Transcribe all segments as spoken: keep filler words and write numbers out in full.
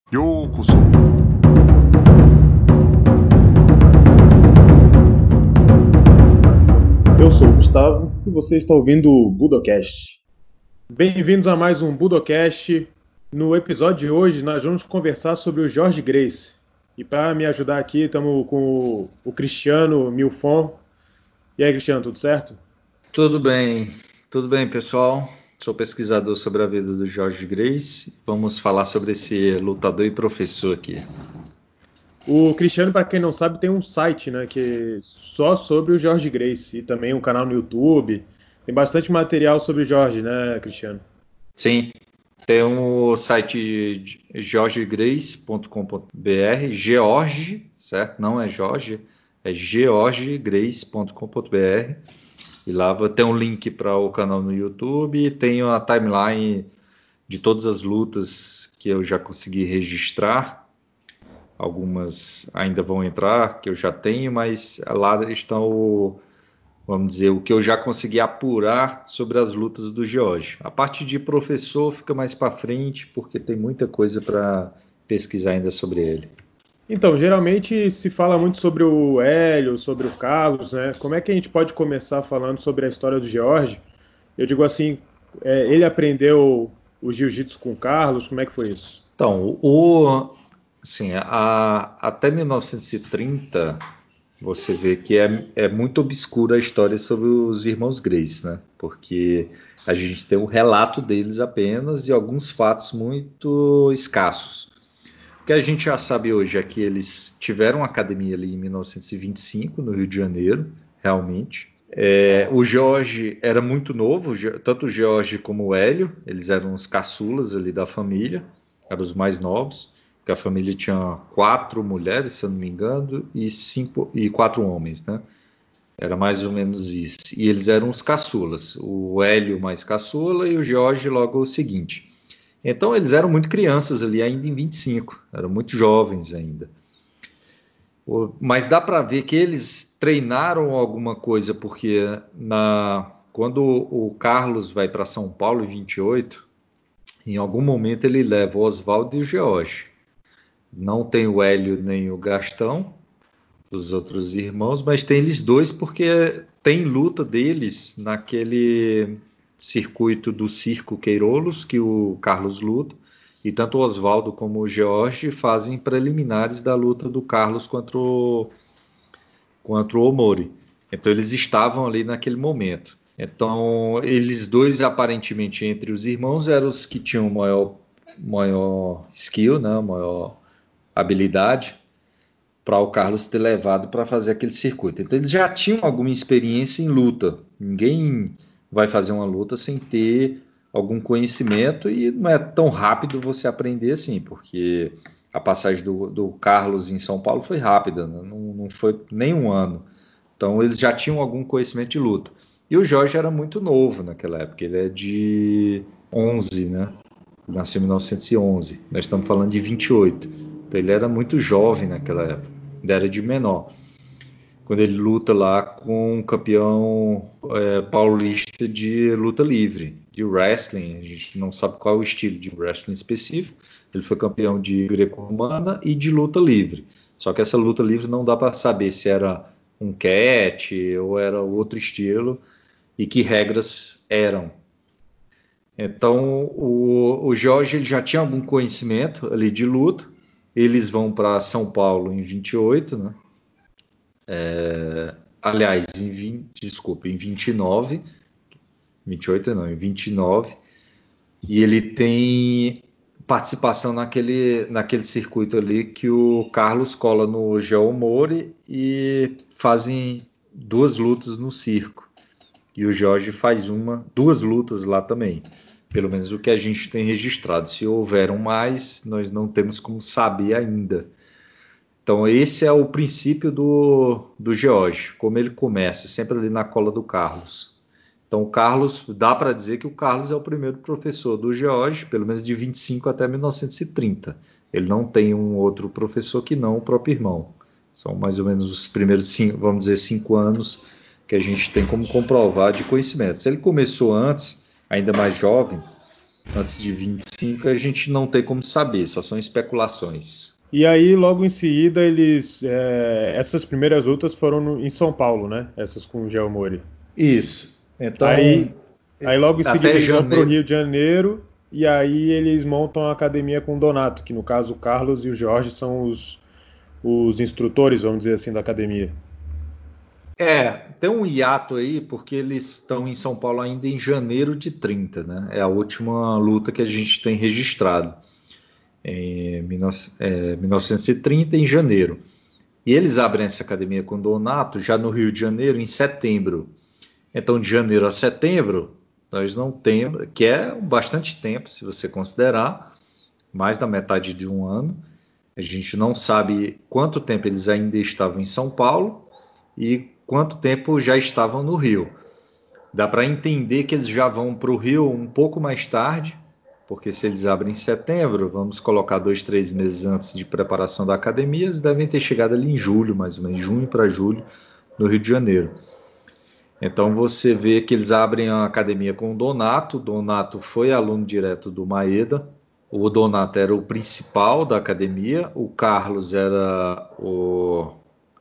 ようこそ。 Eu sou o Gustavo e você está ouvindo o Budocast. Bem-vindos a mais um Budocast. No episódio de hoje, nós vamos conversar sobre o Jorge Grace. E para me ajudar aqui, estamos com o, o Cristiano Milfon. E aí, Cristiano, tudo certo? Tudo bem, tudo bem, pessoal. Sou pesquisador sobre a vida do Jorge Grace. Vamos falar sobre esse lutador e professor aqui. O Cristiano, para quem não sabe, tem um site, né, que é só sobre o Jorge Grace e também um canal no YouTube. Tem bastante material sobre o Jorge, né, Cristiano? Sim, tem o site george grace ponto com ponto b r, George, certo? Não é Jorge, é george grace ponto com ponto b r. E lá tem um link para o canal no YouTube e tem a timeline de todas as lutas que eu já consegui registrar. Algumas ainda vão entrar, que eu já tenho, mas lá estão, vamos dizer, o que eu já consegui apurar sobre as lutas do George. A parte de professor fica mais para frente, porque tem muita coisa para pesquisar ainda sobre ele. Então, geralmente se fala muito sobre o Hélio, sobre o Carlos, né? Como é que a gente pode começar falando sobre a história do George? Eu digo assim, é, ele aprendeu o jiu-jitsu com o Carlos, como é que foi isso? Então, o, assim, a, até mil novecentos e trinta, você vê que é, é muito obscura a história sobre os irmãos Grace, né? Porque a gente tem um relato deles apenas e alguns fatos muito escassos. O que a gente já sabe hoje é que eles tiveram uma academia ali em mil novecentos e vinte e cinco, no Rio de Janeiro, realmente. É, o Jorge era muito novo, tanto o Jorge como o Hélio, eles eram os caçulas ali da família, eram os mais novos, porque a família tinha quatro mulheres, se eu não me engano, e, cinco, e quatro homens, né? Era mais ou menos isso. E eles eram os caçulas, o Hélio mais caçula e o Jorge logo o seguinte. Então eles eram muito crianças ali, ainda em vinte e cinco, eram muito jovens ainda. Mas dá para ver que eles treinaram alguma coisa, porque na, quando o Carlos vai para São Paulo em vinte e oito, em algum momento ele leva o Oswaldo e o George. Não tem o Hélio nem o Gastão, os outros irmãos, mas tem eles dois porque tem luta deles naquele circuito do Circo Queirolos que o Carlos luta. E tanto o Oswaldo como o George fazem preliminares da luta do Carlos contra o, contra o Omori. Então eles estavam ali naquele momento. Então eles dois, aparentemente, entre os irmãos, eram os que tinham maior, maior skill, né, maior habilidade para o Carlos ter levado para fazer aquele circuito. Então eles já tinham alguma experiência em luta. Ninguém vai fazer uma luta sem ter algum conhecimento e não é tão rápido você aprender assim, porque a passagem do, do Carlos em São Paulo foi rápida, né? não, não foi nem um ano. Então eles já tinham algum conhecimento de luta. E o Jorge era muito novo naquela época, ele é de onze, né? Ele nasceu em mil novecentos e onze. Nós estamos falando de vinte e oito. Então ele era muito jovem naquela época, ainda era de menor. Quando ele luta lá com o campeão é, paulista de luta livre, de wrestling, a gente não sabe qual é o estilo de wrestling específico. Ele foi campeão de greco-romana e de luta livre. Só que essa luta livre não dá para saber se era um catch ou era outro estilo e que regras eram. Então o, o Jorge ele já tinha algum conhecimento ali de luta. Eles vão para São Paulo em vinte e oito, né? Aliás, em vinte, desculpa, em vinte e nove, vinte e oito não, em vinte e nove, e ele tem participação naquele, naquele circuito ali que o Carlos cola no Geo Mori e fazem duas lutas no circo. E o Jorge faz uma, duas lutas lá também. Pelo menos o que a gente tem registrado. Se houveram mais, nós não temos como saber ainda. Então esse é o princípio do, do George, como ele começa, sempre ali na cola do Carlos. Então o Carlos, dá para dizer que o Carlos é o primeiro professor do George, pelo menos de vinte e cinco até mil novecentos e trinta. Ele não tem um outro professor que não o próprio irmão. São mais ou menos os primeiros, cinco, vamos dizer, cinco anos que a gente tem como comprovar de conhecimento. Se ele começou antes, ainda mais jovem, antes de vinte e cinco, a gente não tem como saber, só são especulações. E aí, logo em seguida, eles. É, essas primeiras lutas foram no- em São Paulo, né? Essas com o Geo Mori. Isso. Aí, Então, aí logo em seguida até eles vão para o janeiro. Rio de Janeiro e aí eles montam a academia com o Donato, que no caso o Carlos e o Jorge são os, os instrutores, vamos dizer assim, da academia. É, tem um hiato aí, porque eles estão em São Paulo ainda em janeiro de trinta, né? É a última luta que a gente tem registrado. Em mil novecentos e trinta, em janeiro. E eles abrem essa academia com o Donato já no Rio de Janeiro, em setembro. Então, de janeiro a setembro, nós não temos, que é bastante tempo, se você considerar, mais da metade de um ano. A gente não sabe quanto tempo eles ainda estavam em São Paulo e quanto tempo já estavam no Rio. Dá para entender que eles já vão para o Rio um pouco mais tarde, porque se eles abrem em setembro, vamos colocar dois, três meses antes de preparação da academia, eles devem ter chegado ali em julho, mais ou menos, junho para julho, no Rio de Janeiro. Então você vê que eles abrem a academia com o Donato. O Donato foi aluno direto do Maeda. O Donato era o principal da academia. O Carlos era o.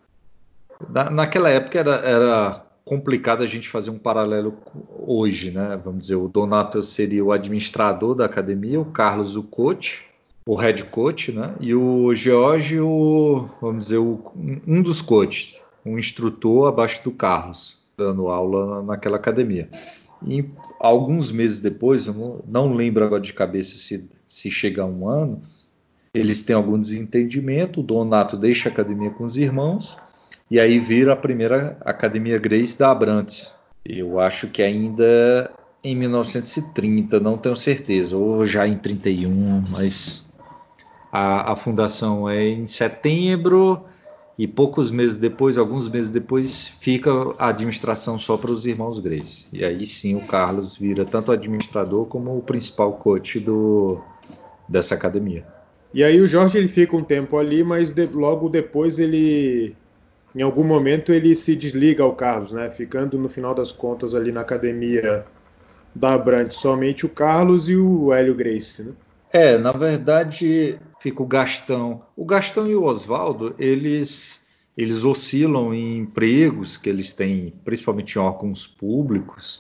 Na, naquela época era, era complicado a gente fazer um paralelo hoje, né? Vamos dizer, o Donato seria o administrador da academia, o Carlos o coach, o head coach, né? E o George, o, vamos dizer, o, um dos coaches, um instrutor abaixo do Carlos, dando aula naquela academia. E alguns meses depois, eu não, não lembro agora de cabeça se, se chega a um ano, eles têm algum desentendimento, o Donato deixa a academia com os irmãos, e aí vira a primeira Academia Gracie da Abrantes. Eu acho que ainda em mil novecentos e trinta, não tenho certeza, ou já em trinta e um, mas a, a fundação é em setembro e poucos meses depois, alguns meses depois, fica a administração só para os irmãos Gracie. E aí sim o Carlos vira tanto administrador como o principal coach do, dessa academia. E aí o Jorge ele fica um tempo ali, mas de- logo depois ele, em algum momento ele se desliga ao Carlos, né? Ficando no final das contas ali na academia da Abrantes somente o Carlos e o Hélio Gracie, né? É, na verdade, fica o Gastão. O Gastão e o Oswaldo, eles, eles oscilam em empregos que eles têm, principalmente em órgãos públicos.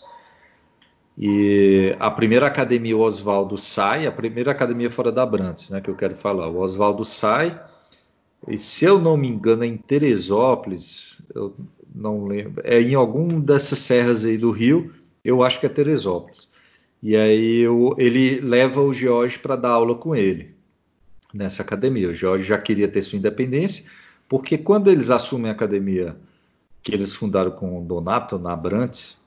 E a primeira academia, o Oswaldo sai, a primeira academia fora da Abrantes, né, que eu quero falar. O Oswaldo sai, e se eu não me engano, é em Teresópolis, eu não lembro, é em algum dessas serras aí do Rio, eu acho que é Teresópolis. E aí eu, ele leva o George para dar aula com ele nessa academia. O George já queria ter sua independência, porque quando eles assumem a academia que eles fundaram com o Donato, na Abrantes,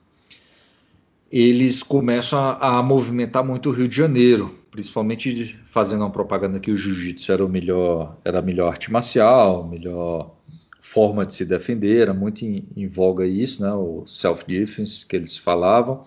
eles começam a, a movimentar muito o Rio de Janeiro, principalmente fazendo uma propaganda que o jiu-jitsu era, o melhor, era a melhor arte marcial, a melhor forma de se defender, era muito em, em voga isso, né, o self-defense que eles falavam.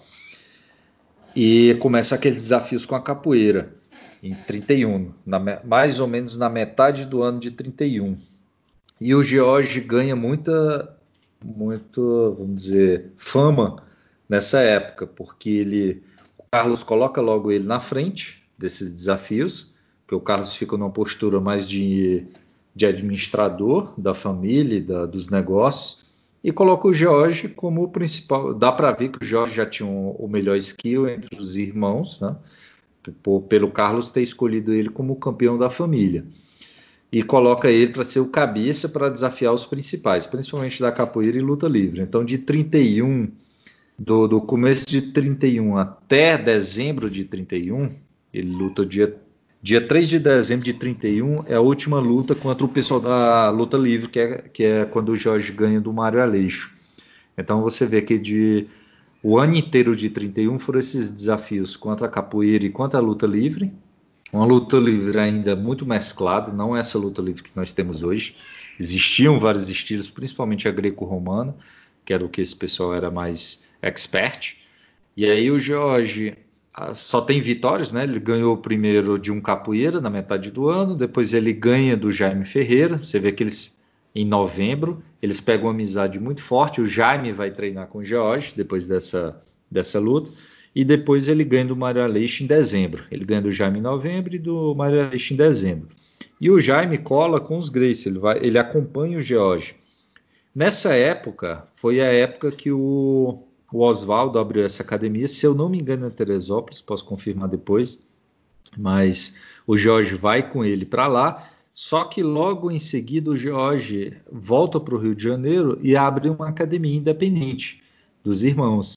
E começa aqueles desafios com a capoeira, em trinta e um, na, mais ou menos na metade do ano de trinta e um. E o George ganha muita, muito, vamos dizer, fama nessa época, porque ele, o Carlos coloca logo ele na frente desses desafios, porque o Carlos fica numa postura mais de, de administrador da família, da, dos negócios, e coloca o George como o principal. Dá para ver que o George já tinha um, o melhor skill entre os irmãos, né? Por, pelo Carlos ter escolhido ele como o campeão da família. E coloca ele para ser o cabeça para desafiar os principais, principalmente da capoeira e luta livre. Então, de trinta e um, do, do começo de trinta e um até dezembro de trinta e um, ele luta dia, dia três de dezembro de trinta e um, é a última luta contra o pessoal da luta livre, que é, que é quando o Jorge ganha do Mário Aleixo. Então você vê que de, o ano inteiro de trinta e um foram esses desafios contra a capoeira e contra a luta livre. Uma luta livre ainda muito mesclada, não essa luta livre que nós temos hoje. Existiam vários estilos, principalmente a greco-romana, que era o que esse pessoal era mais expert. E aí o Jorge só tem vitórias, né? Ele ganhou primeiro de um capoeira na metade do ano, depois ele ganha do Jaime Ferreira. Você vê que eles, em novembro, eles pegam uma amizade muito forte. O Jaime vai treinar com o Jorge depois dessa, dessa luta. e depois ele ganha do Mário Aleixo em dezembro. Ele ganha do Jaime em novembro e do Mário Aleixo em dezembro. E o Jaime cola com os Gracie, ele, vai, ele acompanha o George. Nessa época, foi a época que o, o Oswaldo abriu essa academia, se eu não me engano, em Teresópolis, posso confirmar depois, mas o George vai com ele para lá, só que logo em seguida o George volta para o Rio de Janeiro e abre uma academia independente dos irmãos.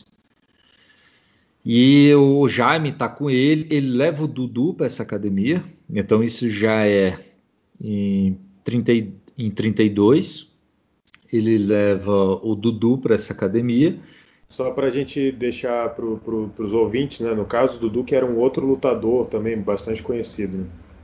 E o Jaime está com ele, ele leva o Dudu para essa academia, então isso já é em, trinta, em trinta e dois, ele leva o Dudu para essa academia. Só para a gente deixar para pro, os ouvintes, né? No caso, o Dudu, que era um outro lutador também bastante conhecido. Né?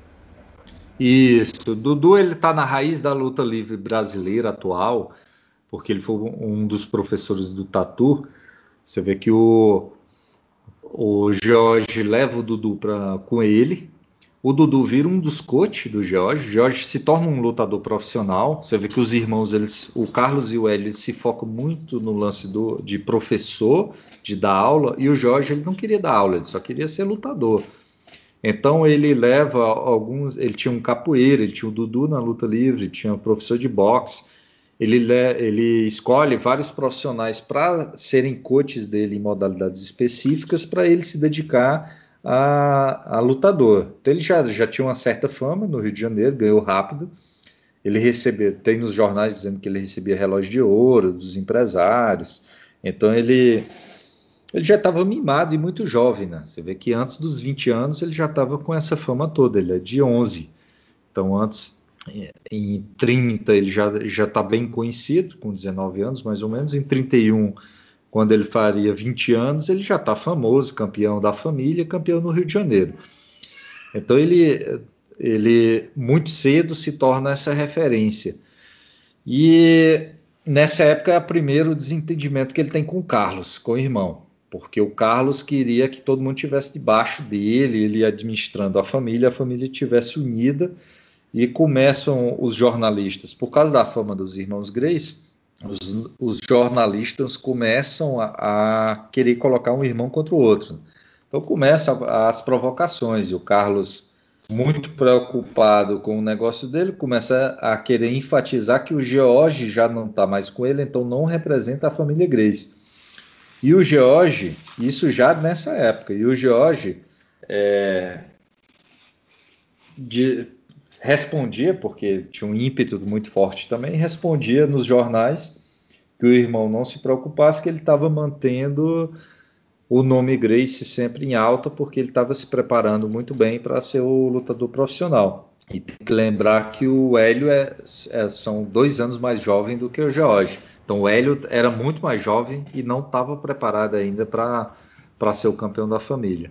Isso, Dudu ele está na raiz da luta livre brasileira atual, porque ele foi um dos professores do Tatu. Você vê que o, o George leva o Dudu pra, com ele. O Dudu vira um dos coaches do George. O George se torna um lutador profissional. Você vê que os irmãos, eles, o Carlos e o Hélio, eles se focam muito no lance do, de professor, de dar aula. E o George ele não queria dar aula, ele só queria ser lutador. Então ele leva alguns. Ele tinha um capoeira, ele tinha o Dudu na luta livre, tinha um professor de boxe. Ele, ele escolhe vários profissionais para serem coaches dele em modalidades específicas para ele se dedicar a, a lutador. Então ele já, já tinha uma certa fama no Rio de Janeiro, ganhou rápido. Ele recebeu, tem nos jornais dizendo que ele recebia relógio de ouro dos empresários. Então ele, ele já estava mimado e muito jovem, né? Você vê que antes dos vinte anos ele já estava com essa fama toda, ele é de onze. Então antes, em trinta ele já já está bem conhecido, com dezenove anos mais ou menos. Em trinta e um, quando ele faria vinte anos, ele já está famoso, campeão da família, campeão no Rio de Janeiro. Então ele, ele muito cedo se torna essa referência. E nessa época é o primeiro desentendimento que ele tem com o Carlos, com o irmão. Porque o Carlos queria que todo mundo estivesse debaixo dele, ele administrando a família, a família estivesse unida. E começam os jornalistas, por causa da fama dos irmãos Gracie, os, os jornalistas começam a, a querer colocar um irmão contra o outro. Então começam as provocações, e o Carlos, muito preocupado com o negócio dele, começa a querer enfatizar que o George já não está mais com ele, então não representa a família Gracie. E o George, isso já nessa época, e o George é, de, respondia, porque tinha um ímpeto muito forte também, respondia nos jornais que o irmão não se preocupasse, que ele estava mantendo o nome Gracie sempre em alta, porque ele estava se preparando muito bem para ser o lutador profissional. E tem que lembrar que o Hélio é, é, são dois anos mais jovem do que o George. Então o Hélio era muito mais jovem e não estava preparado ainda para ser o campeão da família.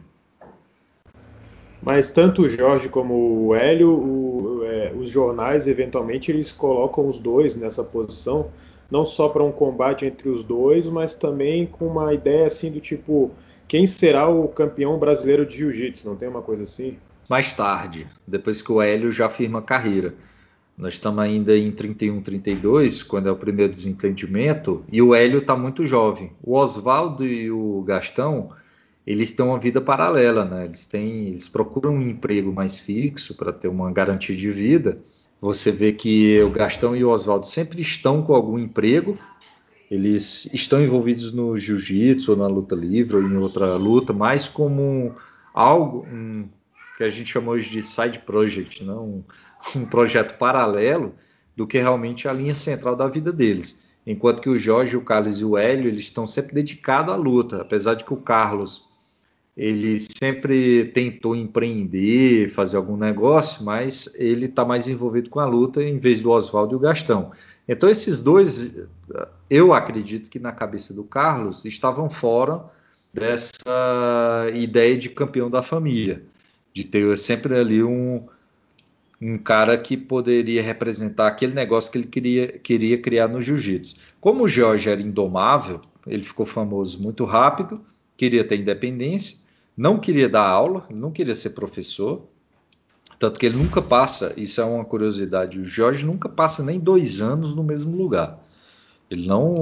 Mas tanto o Jorge como o Hélio, o, é, os jornais, eventualmente, eles colocam os dois nessa posição, não só para um combate entre os dois, mas também com uma ideia assim do tipo, quem será o campeão brasileiro de jiu-jitsu? Não tem uma coisa assim? Mais tarde, depois que o Hélio já firma a carreira. Nós estamos ainda em trinta e um, trinta e dois, quando é o primeiro desentendimento, e o Hélio está muito jovem. O Oswaldo e o Gastão, eles têm uma vida paralela, né? Eles têm, eles procuram um emprego mais fixo para ter uma garantia de vida. Você vê que o Gastão e o Oswaldo sempre estão com algum emprego, eles estão envolvidos no jiu-jitsu ou na luta livre ou em outra luta, mais como um, algo um, que a gente chama hoje de side project, não? Um, um projeto paralelo do que realmente a linha central da vida deles. Enquanto que o Jorge, o Carlos e o Hélio, eles estão sempre dedicados à luta, apesar de que o Carlos ele sempre tentou empreender, fazer algum negócio, mas ele está mais envolvido com a luta em vez do Oswaldo e o Gastão. Então esses dois, eu acredito que na cabeça do Carlos estavam fora dessa ideia de campeão da família, de ter sempre ali um, um cara que poderia representar aquele negócio que ele queria, queria criar no jiu-jitsu. Como o Jorge era indomável, ele ficou famoso muito rápido, queria ter independência, não queria dar aula, não queria ser professor, tanto que ele nunca passa, isso é uma curiosidade, o Jorge nunca passa nem dois anos no mesmo lugar. Ele não,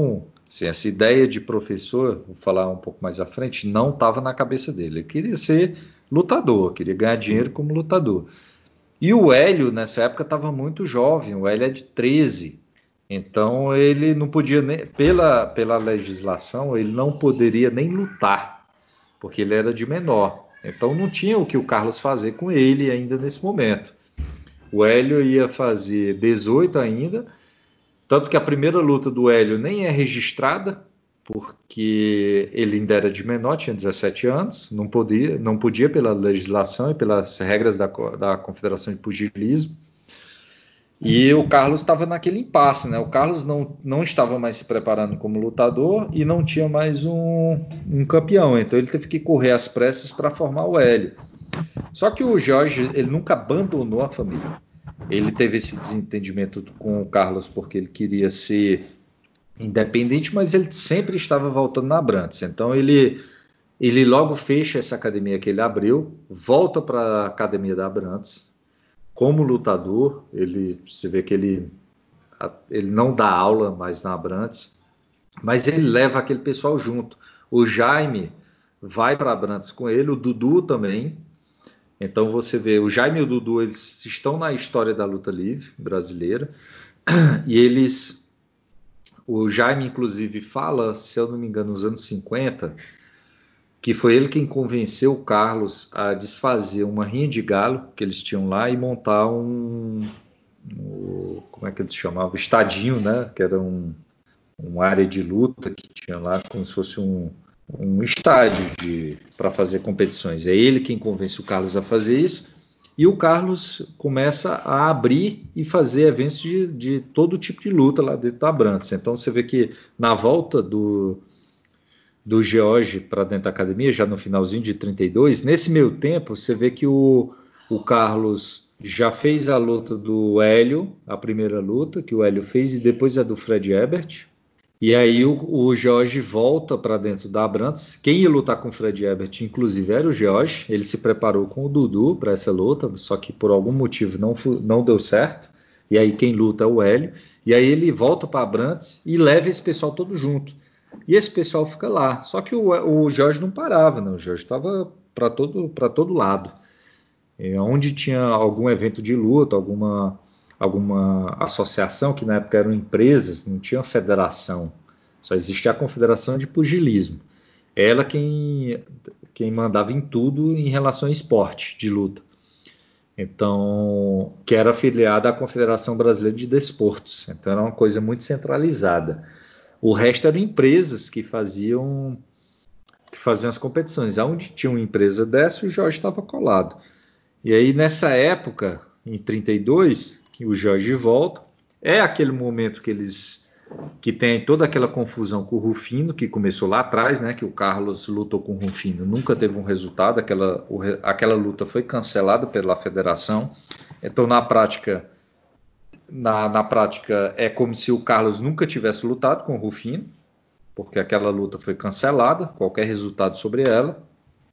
Assim, essa ideia de professor, vou falar um pouco mais à frente, não estava na cabeça dele. Ele queria ser lutador, queria ganhar dinheiro como lutador. E o Hélio, nessa época, estava muito jovem, o Hélio é de treze. Então, ele não podia, nem, pela, pela legislação, ele não poderia nem lutar, porque ele era de menor. Então, não tinha o que o Carlos fazer com ele ainda nesse momento. O Hélio ia fazer dezoito ainda, tanto que a primeira luta do Hélio nem é registrada, porque ele ainda era de menor, tinha dezessete anos, não podia, não podia pela legislação e pelas regras da, da Confederação de Pugilismo. E o Carlos estava naquele impasse, né? O Carlos não, não estava mais se preparando como lutador e não tinha mais um, um campeão, então ele teve que correr às pressas para formar o Hélio. Só que o Jorge, ele nunca abandonou a família. Ele teve esse desentendimento com o Carlos porque ele queria ser independente, mas ele sempre estava voltando na Abrantes. Então ele, ele logo fecha essa academia que ele abriu, volta para a academia da Abrantes como lutador. Ele, você vê que ele, ele não dá aula mais na Abrantes, mas ele leva aquele pessoal junto. O Jaime vai para a Abrantes com ele, o Dudu também. Então você vê, o Jaime e o Dudu, eles estão na história da luta livre brasileira, e eles, o Jaime inclusive fala, se eu não me engano, nos anos cinquenta, que foi ele quem convenceu o Carlos a desfazer uma rinha de galo que eles tinham lá e montar um, um como é que eles chamavam? Estadinho, né? Que era um, uma área de luta que tinha lá como se fosse um, um estádio para fazer competições. É ele quem convence o Carlos a fazer isso, e o Carlos começa a abrir e fazer eventos de, de todo tipo de luta lá dentro da Abrantes. Então você vê que na volta do, do George para dentro da academia, já no finalzinho de trinta e dois, nesse meio tempo você vê que o, o Carlos já fez a luta do Hélio, a primeira luta que o Hélio fez, e depois a do Fred Ebert. E aí o, o George volta para dentro da Abrantes. Quem ia lutar com o Fred Ebert, inclusive, era o George. Ele se preparou com o Dudu para essa luta, só que por algum motivo não, não deu certo. E aí quem luta é o Hélio. E aí ele volta para Abrantes e leva esse pessoal todo junto. E esse pessoal fica lá. Só que o, o George não parava, né? O George estava para todo, para todo lado. E onde tinha algum evento de luta, alguma alguma associação, que na época eram empresas, não tinha federação, só existia a Confederação de Pugilismo. Ela quem, quem mandava em tudo em relação ao esporte de luta. Então, que era afiliada à Confederação Brasileira de Desportos. Então era uma coisa muito centralizada. O resto eram empresas que faziam, que faziam as competições. Onde tinha uma empresa dessa, o Jorge estava colado. E aí, nessa época, em trinta e dois, que o Jorge volta, é aquele momento que eles que tem toda aquela confusão com o Rufino, que começou lá atrás, né, que o Carlos lutou com o Rufino, nunca teve um resultado, aquela, o, aquela luta foi cancelada pela federação. Então, na prática, na, na prática, é como se o Carlos nunca tivesse lutado com o Rufino, porque aquela luta foi cancelada, qualquer resultado sobre ela.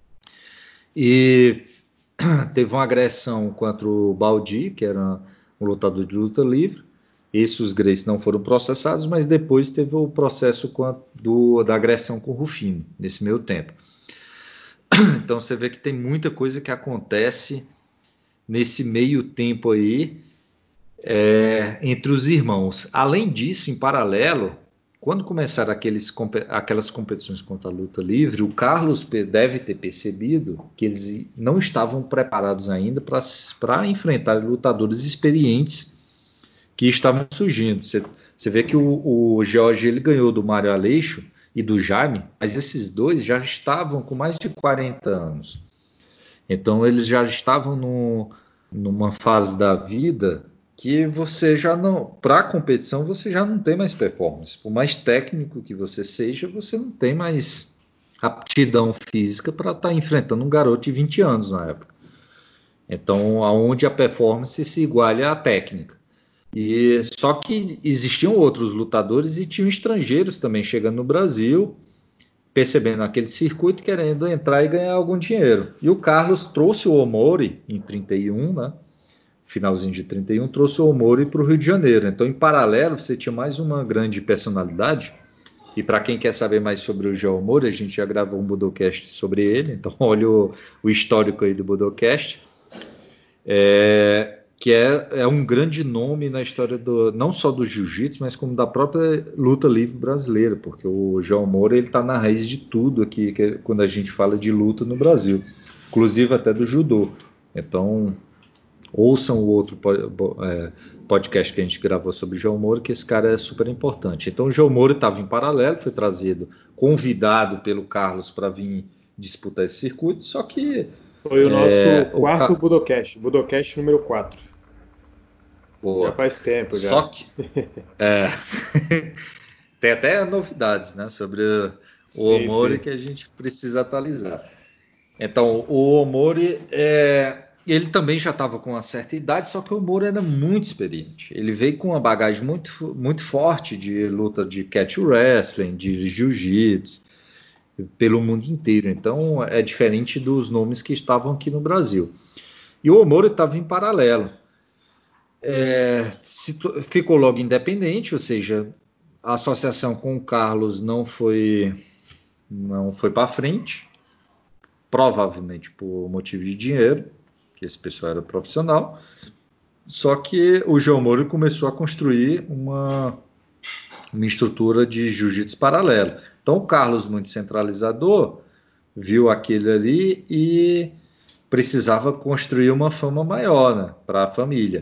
E teve uma agressão contra o Baldi, que era um lutador de luta livre. Esses os Gracie não foram processados, mas depois teve o processo do, da agressão com o Rufino, nesse meio tempo. Então você vê que tem muita coisa que acontece nesse meio tempo aí, é, entre os irmãos. Além disso, em paralelo, quando começaram aqueles, aquelas competições contra a luta livre, o Carlos deve ter percebido que eles não estavam preparados ainda para enfrentar lutadores experientes que estavam surgindo. Você, você vê que o, o Jorge ele ganhou do Mário Aleixo e do Jaime, mas esses dois já estavam com mais de quarenta anos. Então eles já estavam no, numa fase da vida que você já não, para a competição você já não tem mais performance. Por mais técnico que você seja, você não tem mais aptidão física para estar tá enfrentando um garoto de vinte anos na época. Então, aonde a performance se iguala à técnica. E só que existiam outros lutadores e tinham estrangeiros também chegando no Brasil, percebendo aquele circuito, querendo entrar e ganhar algum dinheiro. E o Carlos trouxe o Omori em trinta e um, né? Finalzinho de trinta e um, trouxe o Omori para o Rio de Janeiro. Então, em paralelo, você tinha mais uma grande personalidade, E para quem quer saber mais sobre o João Moura, a gente já gravou um Budocast sobre ele, então olha o, o histórico aí do Budocast. É, que é, é um grande nome na história do, não só do jiu-jitsu, mas como da própria luta livre brasileira, porque o João Moura está na raiz de tudo aqui que é, quando a gente fala de luta no Brasil, inclusive até do judô. Então, ouçam o outro é, podcast que a gente gravou sobre o João Moura, que esse cara é super importante. Então, o João Moura estava em paralelo, foi trazido, convidado pelo Carlos para vir disputar esse circuito, só que Foi o nosso é, o quarto Budocast, Budocast número quatro. Já Boa. faz tempo Só já. que é, tem até novidades, né, sobre o Sim, Omori sim. que a gente precisa atualizar. Então, o Omori, é, ele também já estava com uma certa idade, só que o Omori era muito experiente. Ele veio com uma bagagem muito, muito forte de luta de catch wrestling, de jiu-jitsu, pelo mundo inteiro. Então, é diferente dos nomes que estavam aqui no Brasil. E o Omori estava em paralelo. É, ficou logo independente, ou seja, a associação com o Carlos não foi não foi para frente, provavelmente por motivo de dinheiro, que esse pessoal era profissional. Só que o João Moura começou a construir uma, uma estrutura de jiu-jitsu paralelo. Então o Carlos, muito centralizador, viu aquele ali e precisava construir uma fama maior, né, para a família.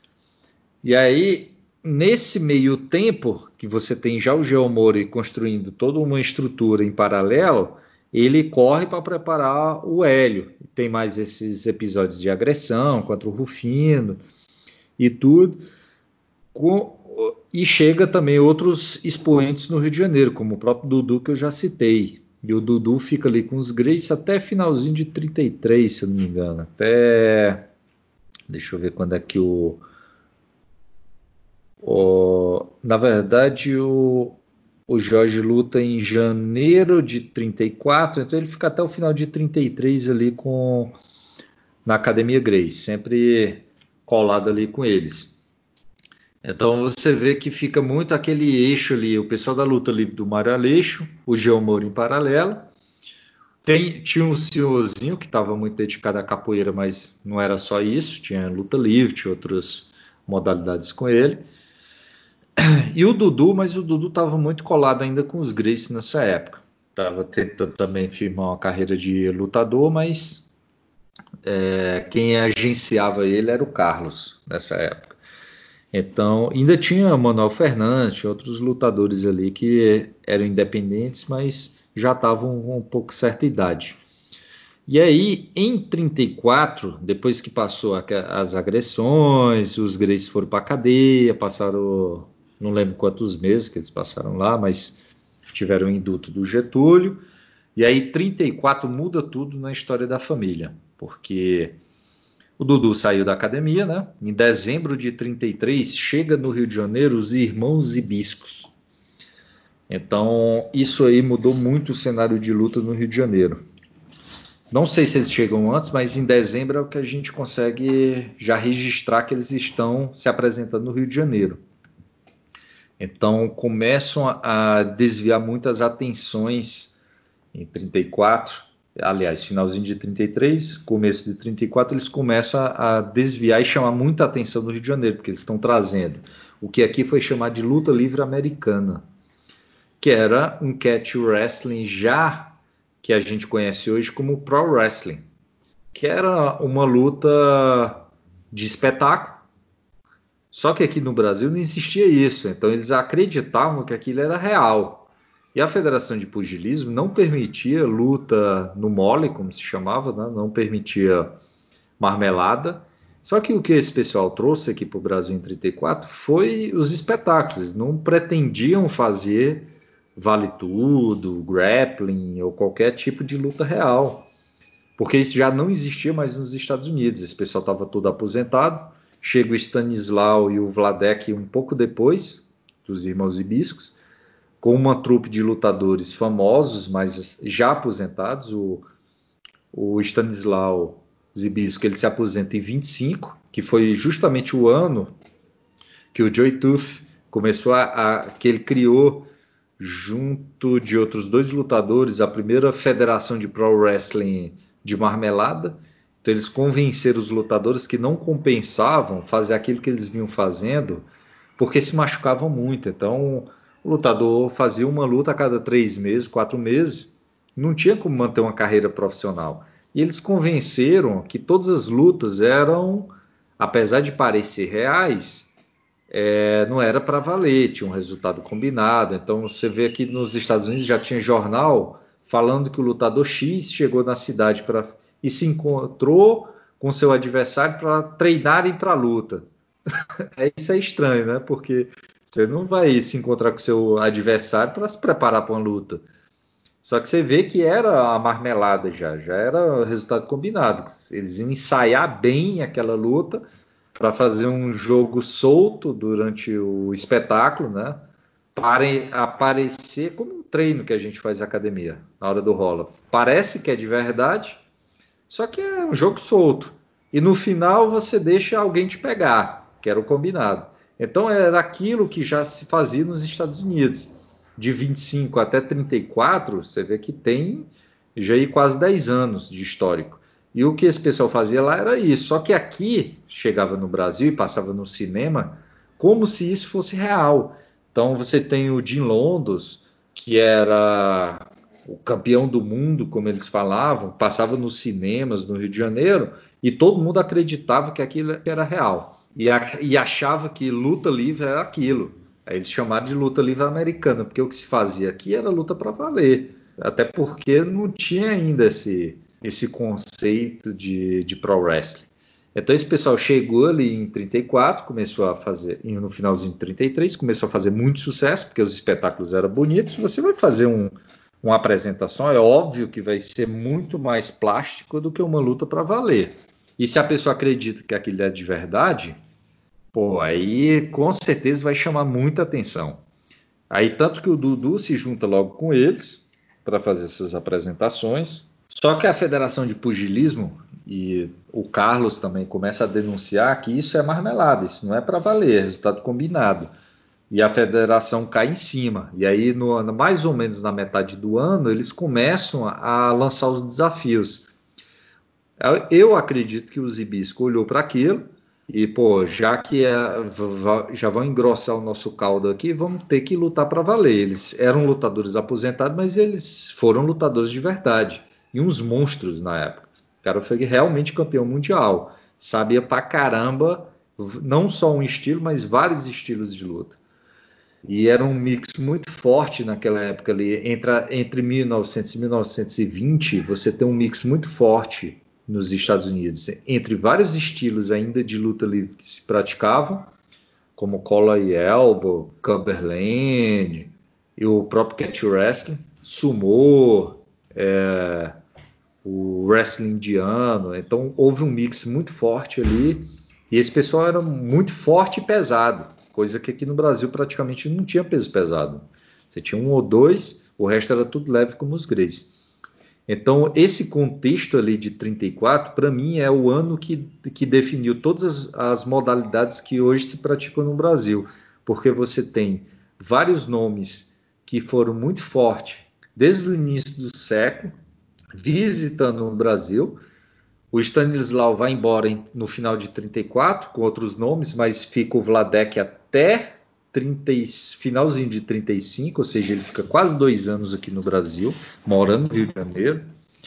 E aí, nesse meio tempo que você tem já o João Moura construindo toda uma estrutura em paralelo, ele corre para preparar o Hélio. Tem mais esses episódios de agressão contra o Rufino e tudo. Com, e chega também outros expoentes no Rio de Janeiro, como o próprio Dudu, que eu já citei. E o Dudu fica ali com os Gracie até finalzinho de trinta e três, se eu não me engano. Até. Deixa eu ver quando é que o. O, na verdade, o, o Jorge luta em janeiro de trinta e quatro, então ele fica até o final de trinta e três ali com, na Academia Gracie, sempre colado ali com eles. Então você vê que fica muito aquele eixo ali, o pessoal da luta livre do Mário Aleixo, o João Moura em paralelo. Tem, tinha um senhorzinho que estava muito dedicado à capoeira, mas não era só isso, tinha luta livre, tinha outras modalidades com ele. E o Dudu, mas o Dudu estava muito colado ainda com os Gracie nessa época. Estava tentando também firmar uma carreira de lutador, mas é, quem agenciava ele era o Carlos nessa época. Então, ainda tinha Manuel Fernandes, outros lutadores ali que eram independentes, mas já estavam com um pouco certa idade. E aí, em trinta e quatro, depois que passou as agressões, os Gracie foram para a cadeia, passaram, não lembro quantos meses que eles passaram lá, mas tiveram o induto do Getúlio. E aí, trinta e quatro muda tudo na história da família, porque o Dudu saiu da academia, né? Em dezembro de trinta e três, chega no Rio de Janeiro os irmãos Zibiscos. Então, isso aí mudou muito o cenário de luta no Rio de Janeiro. Não sei se eles chegam antes, mas em dezembro é o que a gente consegue já registrar que eles estão se apresentando no Rio de Janeiro. Então começam a desviar muitas atenções em trinta e quatro, aliás, finalzinho de trinta e três, começo de trinta e quatro, eles começam a desviar e chamar muita atenção no Rio de Janeiro, porque eles estão trazendo o que aqui foi chamado de luta livre americana, que era um catch wrestling já que a gente conhece hoje como Pro Wrestling, que era uma luta de espetáculo, só que aqui no Brasil não existia isso, então eles acreditavam que aquilo era real. E a Federação de Pugilismo não permitia luta no mole, como se chamava, né? Não permitia marmelada. Só que o que esse pessoal trouxe aqui para o Brasil em trinta e quatro foi os espetáculos, não pretendiam fazer vale tudo, grappling ou qualquer tipo de luta real, porque isso já não existia mais nos Estados Unidos. Esse pessoal estava todo aposentado. Chega o Stanislau e o Vladek um pouco depois dos irmãos Zibiscos, com uma trupe de lutadores famosos, mas já aposentados. O, o Stanislau Zibisco, ele se aposenta em vinte e cinco, que foi justamente o ano que o Joey Tooth começou a, a que ele criou junto de outros dois lutadores, a primeira federação de pro wrestling de Marmelada. Então eles convenceram os lutadores que não compensavam fazer aquilo que eles vinham fazendo, porque se machucavam muito. Então o lutador fazia uma luta a cada três meses, quatro meses, não tinha como manter uma carreira profissional. E eles convenceram que todas as lutas eram, apesar de parecer reais, é, não era para valer, tinha um resultado combinado. Então você vê aqui nos Estados Unidos já tinha jornal falando que o lutador X chegou na cidade pra, e se encontrou com seu adversário para treinarem para a luta. É, isso é estranho, né? Porque você não vai se encontrar com seu adversário para se preparar para uma luta. Só que você vê que era a marmelada já, já era o resultado combinado. Eles iam ensaiar bem aquela luta para fazer um jogo solto durante o espetáculo, né? Para aparecer como um treino que a gente faz na academia, na hora do rola. Parece que é de verdade, só que é um jogo solto. E no final você deixa alguém te pegar, que era o combinado. Então era aquilo que já se fazia nos Estados Unidos. De vinte e cinco até trinta e quatro, você vê que tem já aí quase dez anos de histórico. E o que esse pessoal fazia lá era isso. Só que aqui, chegava no Brasil e passava no cinema, como se isso fosse real. Então você tem o Jim Londos, que era o campeão do mundo, como eles falavam, passava nos cinemas no Rio de Janeiro, e todo mundo acreditava que aquilo era real. E, a, e achava que luta livre era aquilo. Aí eles chamaram de luta livre americana, porque o que se fazia aqui era luta para valer. Até porque não tinha ainda esse, esse conceito de, de pro wrestling. Então esse pessoal chegou ali em trinta e quatro, começou a fazer, no finalzinho de trinta e três, começou a fazer muito sucesso, porque os espetáculos eram bonitos. Você vai fazer um, uma apresentação, é óbvio que vai ser muito mais plástico do que uma luta para valer. E se a pessoa acredita que aquilo é de verdade, pô, aí com certeza vai chamar muita atenção. Aí tanto que o Dudu se junta logo com eles para fazer essas apresentações. Só que a Federação de Pugilismo e o Carlos também começa a denunciar que isso é marmelada, isso não é para valer, é resultado combinado. E a federação cai em cima. E aí, no, mais ou menos na metade do ano, eles começam a, a lançar os desafios. Eu acredito que o Zbyszko olhou para aquilo e, pô, já que é, já vão engrossar o nosso caldo aqui, vamos ter que lutar para valer. Eles eram lutadores aposentados, mas eles foram lutadores de verdade. E uns monstros na época. O cara foi realmente campeão mundial. Sabia pra caramba, não só um estilo, mas vários estilos de luta. E era um mix muito forte naquela época ali. Entre, entre mil e novecentos e mil novecentos e vinte, você tem um mix muito forte nos Estados Unidos, entre vários estilos ainda de luta livre que se praticavam, como collar e elbow, Cumberland, e o próprio catch wrestling, sumo, é, o wrestling indiano. Então houve um mix muito forte ali, e esse pessoal era muito forte e pesado, coisa que aqui no Brasil praticamente não tinha peso pesado. Você tinha um ou dois, o resto era tudo leve como os Greys. Então, esse contexto ali de trinta e quatro, para mim, é o ano que, que definiu todas as, as modalidades que hoje se praticam no Brasil, porque você tem vários nomes que foram muito fortes desde o início do século, visitando o Brasil. O Stanislau vai embora em, no final de trinta e quatro, com outros nomes, mas fica o Vladek até trinta, finalzinho de trinta e cinco, ou seja, ele fica quase dois anos aqui no Brasil, morando no Rio de Janeiro.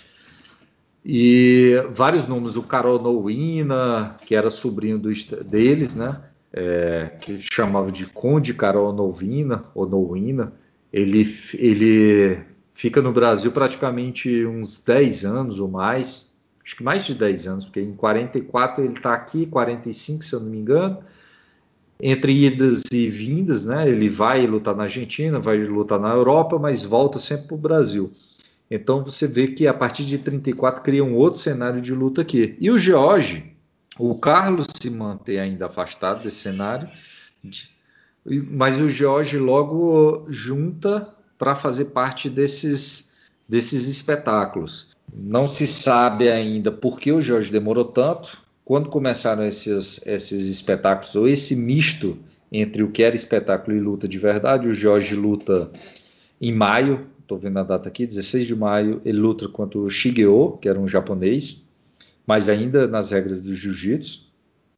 E vários nomes, o Karol Nowina, que era sobrinho do, deles, né? É, que chamava de Conde Karol Nowina, ou Nowina. Ele, ele fica no Brasil praticamente uns dez anos ou mais, acho que mais de dez anos, porque em quarenta e quatro ele está aqui, quarenta e cinco, se eu não me engano. Entre idas e vindas, né? Ele vai lutar na Argentina, vai lutar na Europa, mas volta sempre para o Brasil. Então você vê que a partir de trinta e quatro cria um outro cenário de luta aqui. E o George, o Carlos se mantém ainda afastado desse cenário, mas o George logo junta para fazer parte desses, desses espetáculos. Não se sabe ainda por que o George demorou tanto. Quando começaram esses, esses espetáculos, ou esse misto entre o que era espetáculo e luta de verdade, o George luta Em maio, estou vendo a data aqui, dezesseis de maio, ele luta contra o Shigeo, que era um japonês, mas ainda nas regras do jiu-jitsu.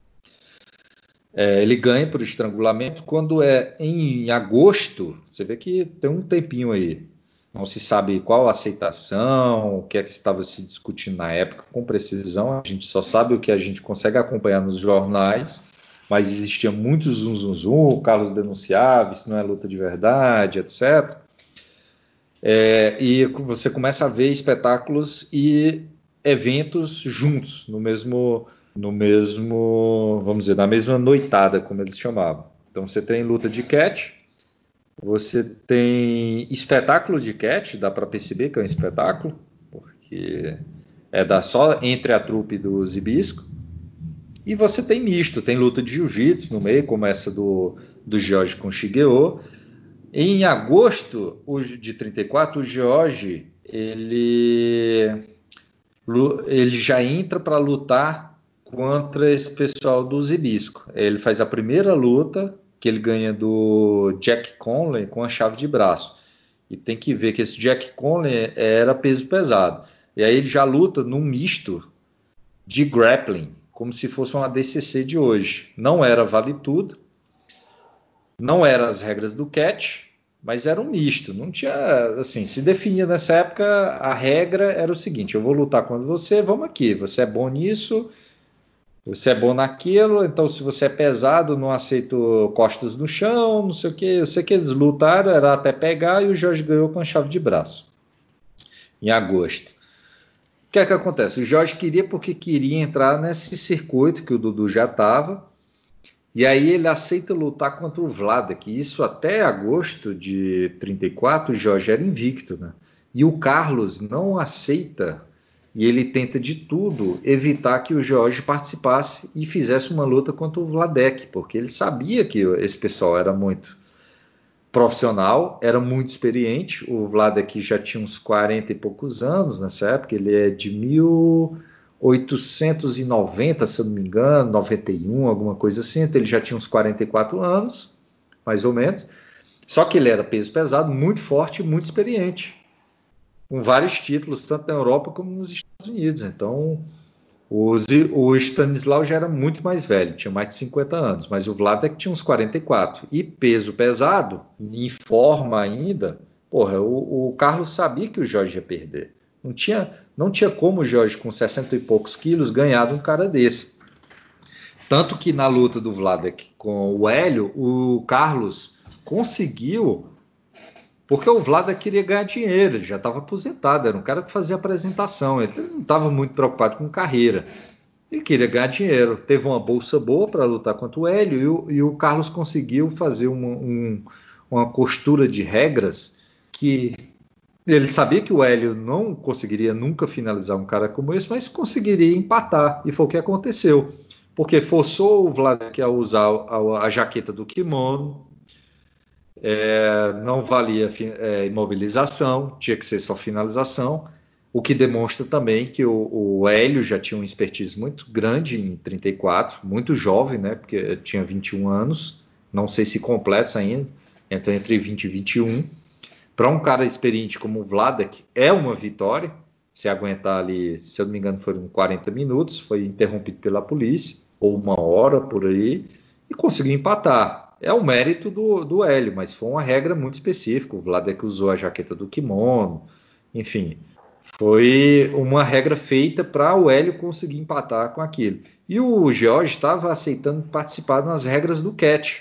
É, ele ganha por estrangulamento. Quando é em agosto, você vê que tem um tempinho aí. Não se sabe qual a aceitação, o que é que estava se discutindo na época com precisão. A gente só sabe o que a gente consegue acompanhar nos jornais, mas existia muito zum, zum, zum, o Carlos denunciava, isso não é luta de verdade, etcétera. É, e você começa a ver espetáculos e eventos juntos, no mesmo, no mesmo, vamos dizer, na mesma noitada, como eles chamavam. Então você tem luta de catch, você tem espetáculo de catch, dá para perceber que é um espetáculo, porque é da, só entre a trupe do Zibisco. E você tem misto, tem luta de jiu-jitsu no meio, como essa do, do Jorge com o Shigeo. Em agosto de trinta e quatro, o George ele, ele já entra para lutar contra esse pessoal do Zibisco. Ele faz a primeira luta que ele ganha do Jack Conley com a chave de braço. E tem que ver que esse Jack Conley era peso pesado. E aí ele já luta num misto de grappling, como se fosse uma A D C C de hoje. Não era vale tudo, não eram as regras do catch, mas era um misto. Não tinha, assim, se definia nessa época, a regra era o seguinte: eu vou lutar contra você, vamos aqui. Você é bom nisso, você é bom naquilo, então se você é pesado, não aceito costas no chão, não sei o que. Eu sei que eles lutaram, era até pegar, e o Jorge ganhou com a chave de braço, em agosto. O que é que acontece? O Jorge queria porque queria entrar nesse circuito que o Dudu já estava. E aí ele aceita lutar contra o Vladek. Isso até agosto de trinta e quatro, o Jorge era invicto, né? E o Carlos não aceita, e ele tenta de tudo evitar que o Jorge participasse e fizesse uma luta contra o Vladek, porque ele sabia que esse pessoal era muito profissional, era muito experiente. O Vladek já tinha uns quarenta e poucos anos nessa época, ele é de mil oitocentos e noventa, se eu não me engano, noventa e um, alguma coisa assim, então ele já tinha uns quarenta e quatro anos, mais ou menos. Só que ele era peso pesado, muito forte e muito experiente, com vários títulos, tanto na Europa como nos Estados Unidos. Então, o, o Stanislau já era muito mais velho, tinha mais de cinquenta anos, mas o Vladek tinha uns quarenta e quatro. E peso pesado, em forma ainda, porra, o, o Carlos sabia que o Jorge ia perder. Não tinha, não tinha como o Jorge, com sessenta e poucos quilos, ganhar de um cara desse. Tanto que na luta do Vladek com o Hélio, o Carlos conseguiu, porque o Vladek queria ganhar dinheiro, ele já estava aposentado, era um cara que fazia apresentação, ele não estava muito preocupado com carreira. Ele queria ganhar dinheiro, teve uma bolsa boa para lutar contra o Hélio, e o, e o Carlos conseguiu fazer uma, um, uma costura de regras que ele sabia que o Hélio não conseguiria nunca finalizar um cara como esse, mas conseguiria empatar, e foi o que aconteceu. Porque forçou o Vladek a usar a, a jaqueta do kimono, é, não valia é, imobilização, tinha que ser só finalização, o que demonstra também que o, o Hélio já tinha um expertise muito grande em trinta e quatro, muito jovem, né, porque tinha vinte e um anos, não sei se completos ainda, então entre vinte e vinte e um. Para um cara experiente como o Vladek, é uma vitória. Se aguentar ali, se eu não me engano, foram quarenta minutos, foi interrompido pela polícia, ou uma hora por aí, e conseguiu empatar. É o mérito do, do Hélio, mas foi uma regra muito específica. O Vladek usou a jaqueta do kimono, enfim, foi uma regra feita para o Hélio conseguir empatar com aquilo. E o George estava aceitando participar nas regras do catch,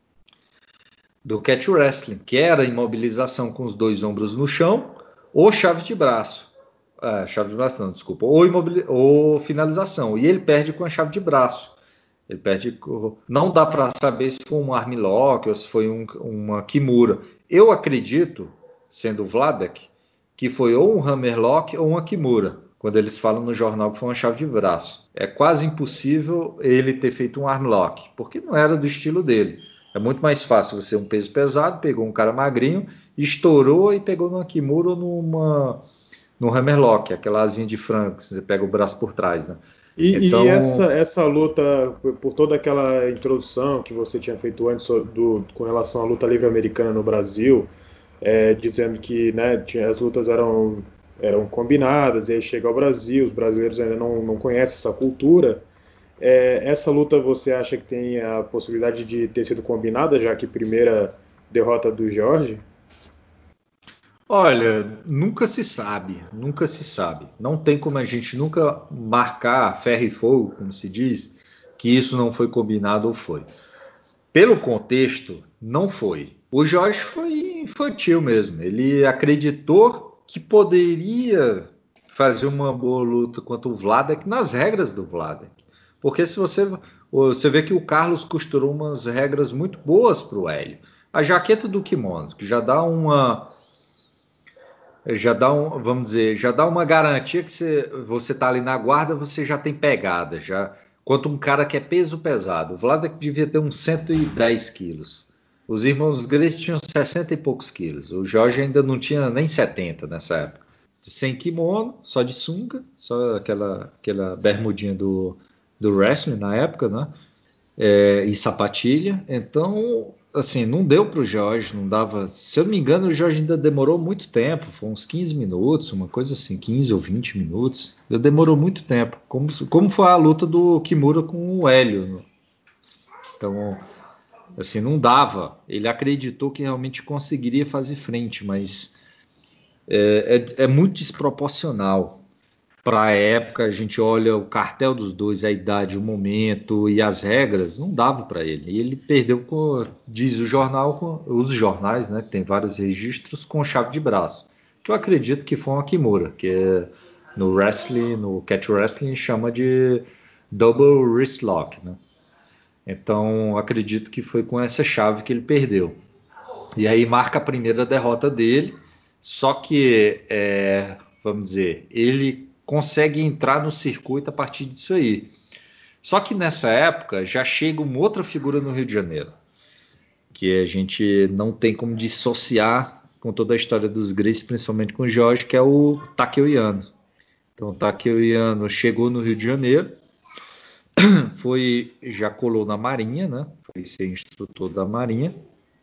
do catch wrestling, que era imobilização com os dois ombros no chão, ou chave de braço. Ah, chave de braço não, desculpa. Ou, imobili- ou finalização. E ele perde com a chave de braço. Ele perde. Não dá para saber se foi um armlock ou se foi um, uma kimura. Eu acredito, sendo o Vladek, que foi ou um hammerlock ou uma kimura. Quando eles falam no jornal que foi uma chave de braço. É quase impossível ele ter feito um armlock, porque não era do estilo dele. É muito mais fácil você um peso pesado, pegou um cara magrinho, estourou e pegou numa kimura ou numa, num hammerlock, aquela asinha de frango, que você pega o braço por trás, né? E, e essa, Então, essa luta, por toda aquela introdução que você tinha feito antes do, com relação à luta livre americana no Brasil, é, dizendo que, né, tinha, as lutas eram, eram combinadas, e aí chega ao Brasil, os brasileiros ainda não, não conhecem essa cultura. É, essa luta você acha que tem a possibilidade de ter sido combinada, já que primeira derrota do Jorge? Olha, nunca se sabe, nunca se sabe. Não tem como a gente nunca marcar ferro e fogo, como se diz, que isso não foi combinado ou foi. Pelo contexto, não foi. O Jorge foi infantil mesmo. Ele acreditou que poderia fazer uma boa luta contra o Vladek nas regras do Vladek. Porque se você, você vê que o Carlos costurou umas regras muito boas para o Hélio. A jaqueta do kimono, que já dá uma, já dá um, vamos dizer, já dá uma garantia que você, você tá ali na guarda, você já tem pegada, já quanto um cara que é peso pesado. O Vladek devia ter uns cento e dez quilos. Os irmãos Gracie tinham sessenta e poucos quilos. O Jorge ainda não tinha nem setenta nessa época. Sem kimono, só de sunga, só aquela, aquela bermudinha do, do wrestling na época, né? É, e sapatilha. Então, assim, não deu para o Jorge, não dava. Se eu não me engano, o Jorge ainda demorou muito tempo, foi uns quinze minutos, uma coisa assim, quinze ou vinte minutos. Demorou muito tempo, como, como foi a luta do Kimura com o Hélio. Então, assim, não dava. Ele acreditou que realmente conseguiria fazer frente, mas é, é, é muito desproporcional. Para a época, a gente olha o cartel dos dois, a idade, o momento e as regras, não dava para ele. E ele perdeu, com, diz o jornal, com, os jornais, né, que tem vários registros, com chave de braço. Que eu acredito que foi uma Kimura, que é, no wrestling, no catch wrestling, chama de double wrist lock. Né? Então, acredito que foi com essa chave que ele perdeu. E aí marca a primeira derrota dele, só que, é, vamos dizer, ele consegue entrar no circuito a partir disso aí. Só que nessa época já chega uma outra figura no Rio de Janeiro, que a gente não tem como dissociar com toda a história dos Gracie, principalmente com o Jorge, que é o Takeo Yano. Então o Takeo Yano chegou no Rio de Janeiro, foi, já colou na Marinha, né? Foi ser instrutor da Marinha.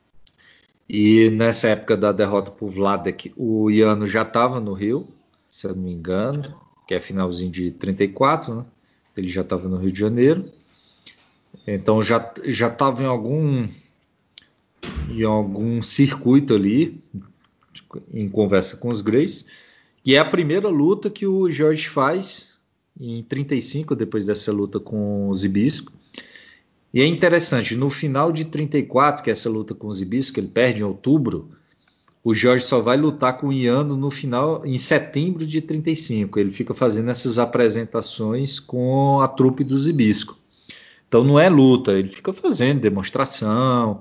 E nessa época da derrota para o Vladek, o Iano já estava no Rio, se eu não me engano, que é finalzinho de trinta e quatro, né? Ele já estava no Rio de Janeiro. Então já já estava em algum em algum circuito ali, em conversa com os Grays, que é a primeira luta que o Jorge faz em trinta e cinco, depois dessa luta com o Zbyszko. E é interessante, no final de trinta e quatro, que é essa luta com o Zbyszko, que ele perde em outubro, o Jorge só vai lutar com o Iano no final, em setembro de trinta e cinco. Ele fica fazendo essas apresentações com a trupe do Zbyszko. Então não é luta, ele fica fazendo demonstração.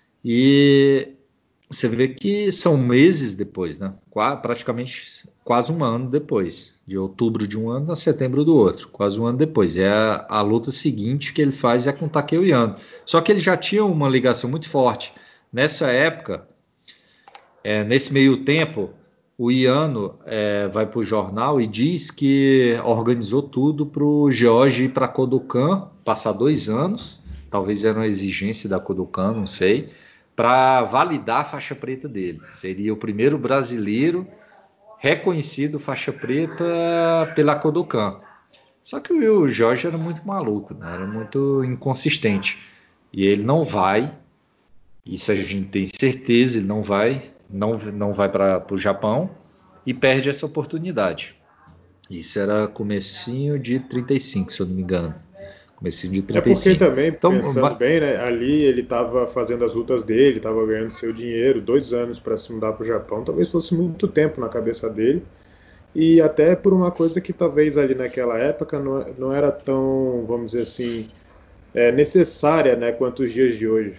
E você vê que são meses depois, né? Qua, praticamente quase um ano depois. De outubro de um ano a setembro do outro. Quase um ano depois. É a, a luta seguinte que ele faz é com o Takeo Yano. Só que ele já tinha uma ligação muito forte. Nessa época, é, nesse meio tempo, o Iano é, vai para o jornal e diz que organizou tudo para o George ir para Kodokan, passar dois anos, talvez era uma exigência da Kodokan, não sei, para validar a faixa preta dele. Seria o primeiro brasileiro reconhecido faixa preta pela Kodokan. Só que o Jorge era muito maluco, né? Era muito inconsistente. E ele não vai, isso a gente tem certeza, ele não vai, não, não vai para o Japão e perde essa oportunidade. Isso era comecinho de trinta e cinco, se eu não me engano. Comecinho de É trinta e porque cinco. também, Então, pensando bem, né, ali ele estava fazendo as lutas dele, estava ganhando seu dinheiro, dois anos para se mudar para o Japão, talvez fosse muito tempo na cabeça dele, e até por uma coisa que talvez ali naquela época não, não era tão, vamos dizer assim, é, necessária, né, quanto os dias de hoje.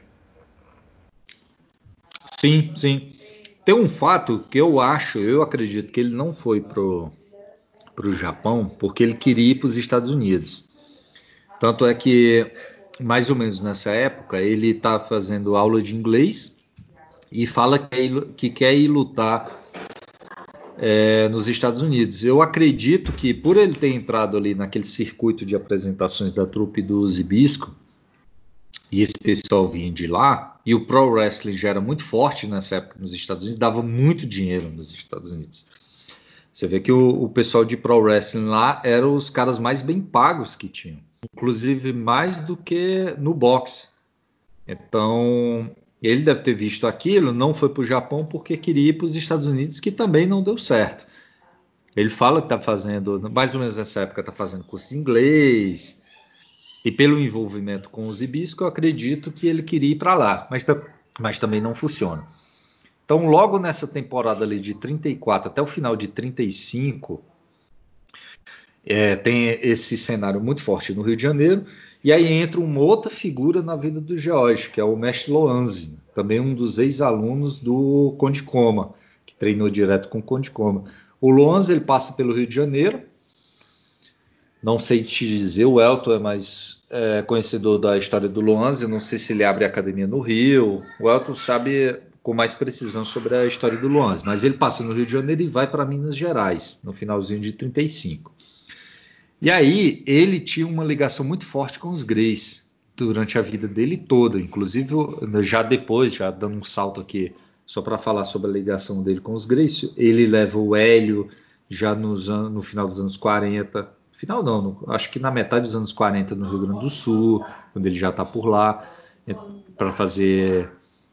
sim, sim. Tem um fato que eu acho, eu acredito que ele não foi pro, pro Japão porque ele queria ir para os Estados Unidos. Tanto é que, mais ou menos nessa época, ele está fazendo aula de inglês e fala que quer ir, que quer ir lutar é, nos Estados Unidos. Eu acredito que por ele ter entrado ali naquele circuito de apresentações da trupe do Zbyszko, e esse pessoal vinha de lá, e o pro wrestling já era muito forte nessa época nos Estados Unidos, dava muito dinheiro nos Estados Unidos. Você vê que o, o pessoal de pro wrestling lá eram os caras mais bem pagos que tinham, inclusive mais do que no boxe. Então, ele deve ter visto aquilo, não foi para o Japão porque queria ir para os Estados Unidos, que também não deu certo. Ele fala que está fazendo, mais ou menos nessa época, está fazendo curso de inglês, e pelo envolvimento com o Zbyszko, eu acredito que ele queria ir para lá, mas, mas também não funciona. Então, logo nessa temporada ali de trinta e quatro até o final de trinta e cinco, é, tem esse cenário muito forte no Rio de Janeiro, e aí entra uma outra figura na vida do George, que é o mestre Loanzi, também um dos ex-alunos do Conde Koma, que treinou direto com o Conde Koma. O Loanzi, ele passa pelo Rio de Janeiro, não sei te dizer, o Elton é mais é, conhecedor da história do Loanzi, não sei se ele abre a academia no Rio, o Elton sabe com mais precisão sobre a história do Loanzi, mas ele passa no Rio de Janeiro e vai para Minas Gerais, no finalzinho de trinta e cinco. E aí ele tinha uma ligação muito forte com os Greys durante a vida dele toda, inclusive já depois, já dando um salto aqui, só para falar sobre a ligação dele com os Greys, ele leva o Hélio já nos an- no final dos anos quarenta, final não, no, acho que na metade dos anos quarenta no Rio Grande do Sul, quando ele já está por lá, para fazer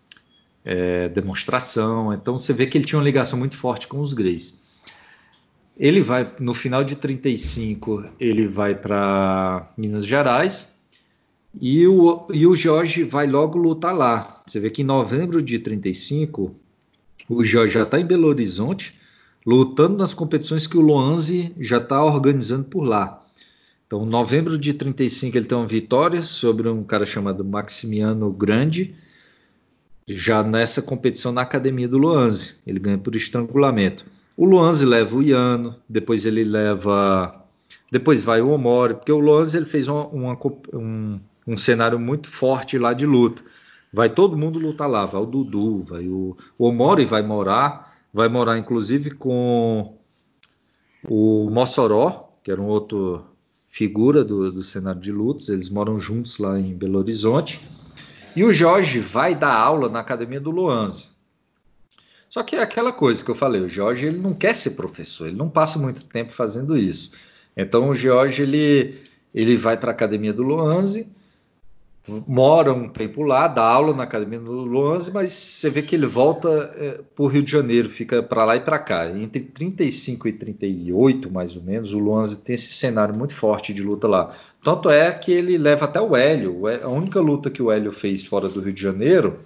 é, demonstração. Então você vê que ele tinha uma ligação muito forte com os Greys. Ele vai, no final de trinta e cinco, ele vai para Minas Gerais e o, e o Jorge vai logo lutar lá. Você vê que em novembro de trinta e cinco, o Jorge já está em Belo Horizonte, lutando nas competições que o Loanzi já está organizando por lá. Então, em novembro de trinta e cinco, ele tem uma vitória sobre um cara chamado Maximiano Grande, já nessa competição na academia do Loanzi. Ele ganha por estrangulamento. O Loanzi leva o Iano, depois ele leva. Depois vai o Omori, porque o Loanzi ele fez uma, uma, um, um cenário muito forte lá de luta. Vai todo mundo lutar lá, vai o Dudu, vai o, o Omori vai morar, vai morar inclusive com o Mossoró, que era um outro figura do, do cenário de lutas, eles moram juntos lá em Belo Horizonte. E o Jorge vai dar aula na academia do Loanzi. Só que é aquela coisa que eu falei, o Jorge ele não quer ser professor, ele não passa muito tempo fazendo isso. Então o Jorge ele, ele vai para a academia do Loanzi, mora um tempo lá, dá aula na academia do Loanzi, mas você vê que ele volta é, para o Rio de Janeiro, fica para lá e para cá. Entre trinta e cinco e trinta e oito, mais ou menos, o Loanzi tem esse cenário muito forte de luta lá. Tanto é que ele leva até o Hélio. A única luta que o Hélio fez fora do Rio de Janeiro,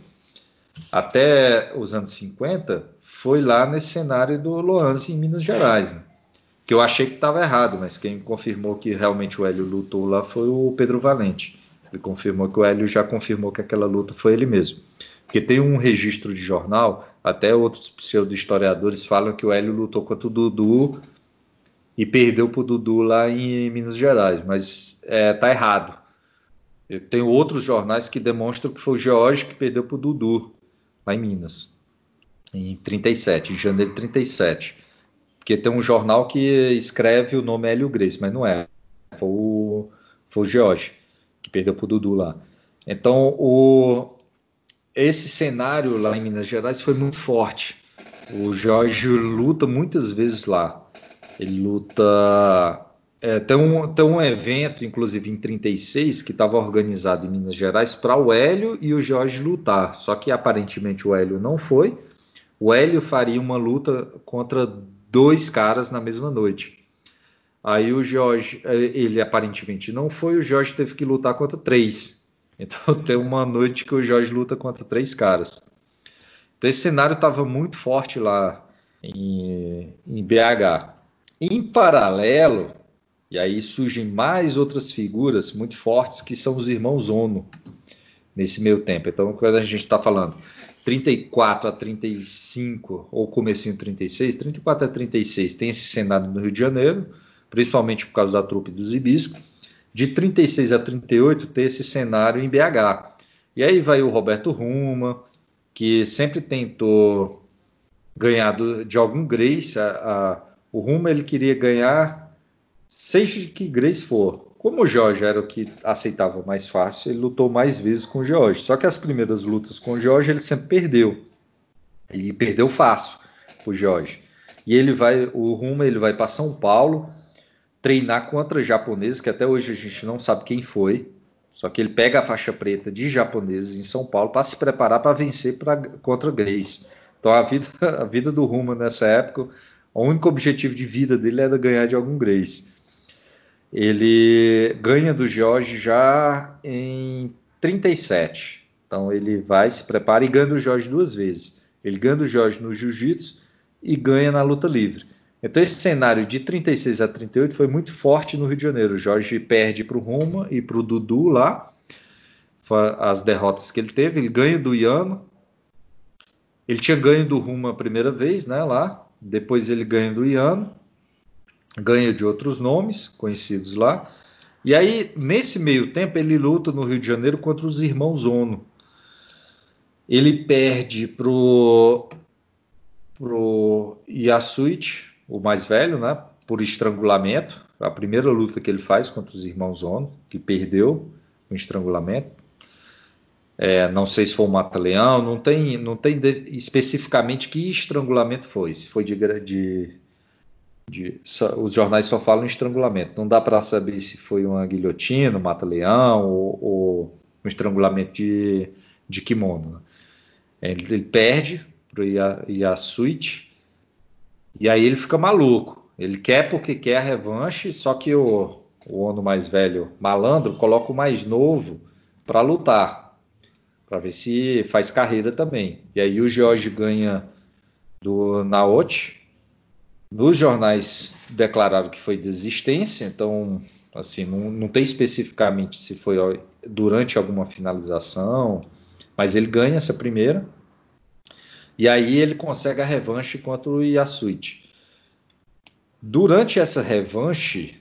até os anos cinquenta, foi lá nesse cenário do Loanzi em Minas Gerais. Né? Que eu achei que estava errado, mas quem confirmou que realmente o Hélio lutou lá foi o Pedro Valente. Ele confirmou que o Hélio já confirmou que aquela luta foi ele mesmo. Porque tem um registro de jornal, até outros pseudo-historiadores falam que o Hélio lutou contra o Dudu e perdeu para o Dudu lá em Minas Gerais, mas é, tá errado. Eu tenho outros jornais que demonstram que foi o George que perdeu para o Dudu, lá em Minas, em trinta e sete, em janeiro de trinta e sete. Porque tem um jornal que escreve o nome Hélio Gracie, mas não é. Foi o, foi o George, que perdeu para o Dudu lá. Então, o, esse cenário lá em Minas Gerais foi muito forte. O Jorge luta muitas vezes lá. Ele luta. É, tem, um, tem um evento, inclusive em trinta e seis, que estava organizado em Minas Gerais para o Hélio e o Jorge lutar. Só que aparentemente o Hélio não foi. O Hélio faria uma luta contra dois caras na mesma noite. Aí o Jorge, ele aparentemente não foi, o Jorge teve que lutar contra três. Então tem uma noite que o Jorge luta contra três caras. Então esse cenário estava muito forte lá em, em B H. Em paralelo, e aí surgem mais outras figuras muito fortes que são os irmãos Ono nesse meio tempo. Então quando a gente está falando trinta e quatro a trinta e cinco, ou comecinho trinta e seis, trinta e quatro a trinta e seis tem esse cenário no Rio de Janeiro, principalmente por causa da trupe do Zbyszko. De trinta e seis a trinta e oito tem esse cenário em B H. E aí vai o Roberto Ruma, que sempre tentou ganhar do, de algum Gracie. A, a, o Ruma ele queria ganhar, seja de que Gracie for, como o Jorge era o que aceitava mais fácil, ele lutou mais vezes com o George. Só que as primeiras lutas com o George ele sempre perdeu. E perdeu fácil o Jorge. E ele vai, o Ruma ele vai para São Paulo treinar contra japoneses, que até hoje a gente não sabe quem foi. Só que ele pega a faixa preta de japoneses em São Paulo para se preparar para vencer pra, contra Grace. Então a vida, a vida do Ruma nessa época, o único objetivo de vida dele era ganhar de algum Grace. Ele ganha do Jorge já em trinta e sete. Então ele vai, se prepara e ganha do Jorge duas vezes. Ele ganha do Jorge no jiu-jitsu e ganha na luta livre. Então esse cenário de trinta e seis a trinta e oito foi muito forte no Rio de Janeiro. O Jorge perde para o Ruma e para o Dudu lá, as derrotas que ele teve. Ele ganha do Iano. Ele tinha ganho do Ruma a primeira vez, né, lá. Depois ele ganha do Iano. Ganha de outros nomes conhecidos lá. E aí, nesse meio tempo, ele luta no Rio de Janeiro contra os irmãos Ono. Ele perde pro, pro Yasuichi, o mais velho, né, por estrangulamento. A primeira luta que ele faz contra os irmãos Ono, que perdeu com estrangulamento. É, não sei se foi um mata-leão, não tem, não tem de, especificamente que estrangulamento foi. Se foi de, de De, só, os jornais só falam em estrangulamento. Não dá para saber se foi uma guilhotina, um mata-leão ou, ou um estrangulamento de, de kimono. Né? Ele, ele perde para o Yasuichi e aí ele fica maluco. Ele quer porque quer a revanche, só que o, o Ono mais velho, malandro, coloca o mais novo para lutar, para ver se faz carreira também. E aí o Jorge ganha do Naoki. Nos jornais declararam que foi desistência, então, assim, não, não tem especificamente se foi durante alguma finalização, mas ele ganha essa primeira, e aí ele consegue a revanche contra o Yasuichi. Durante essa revanche,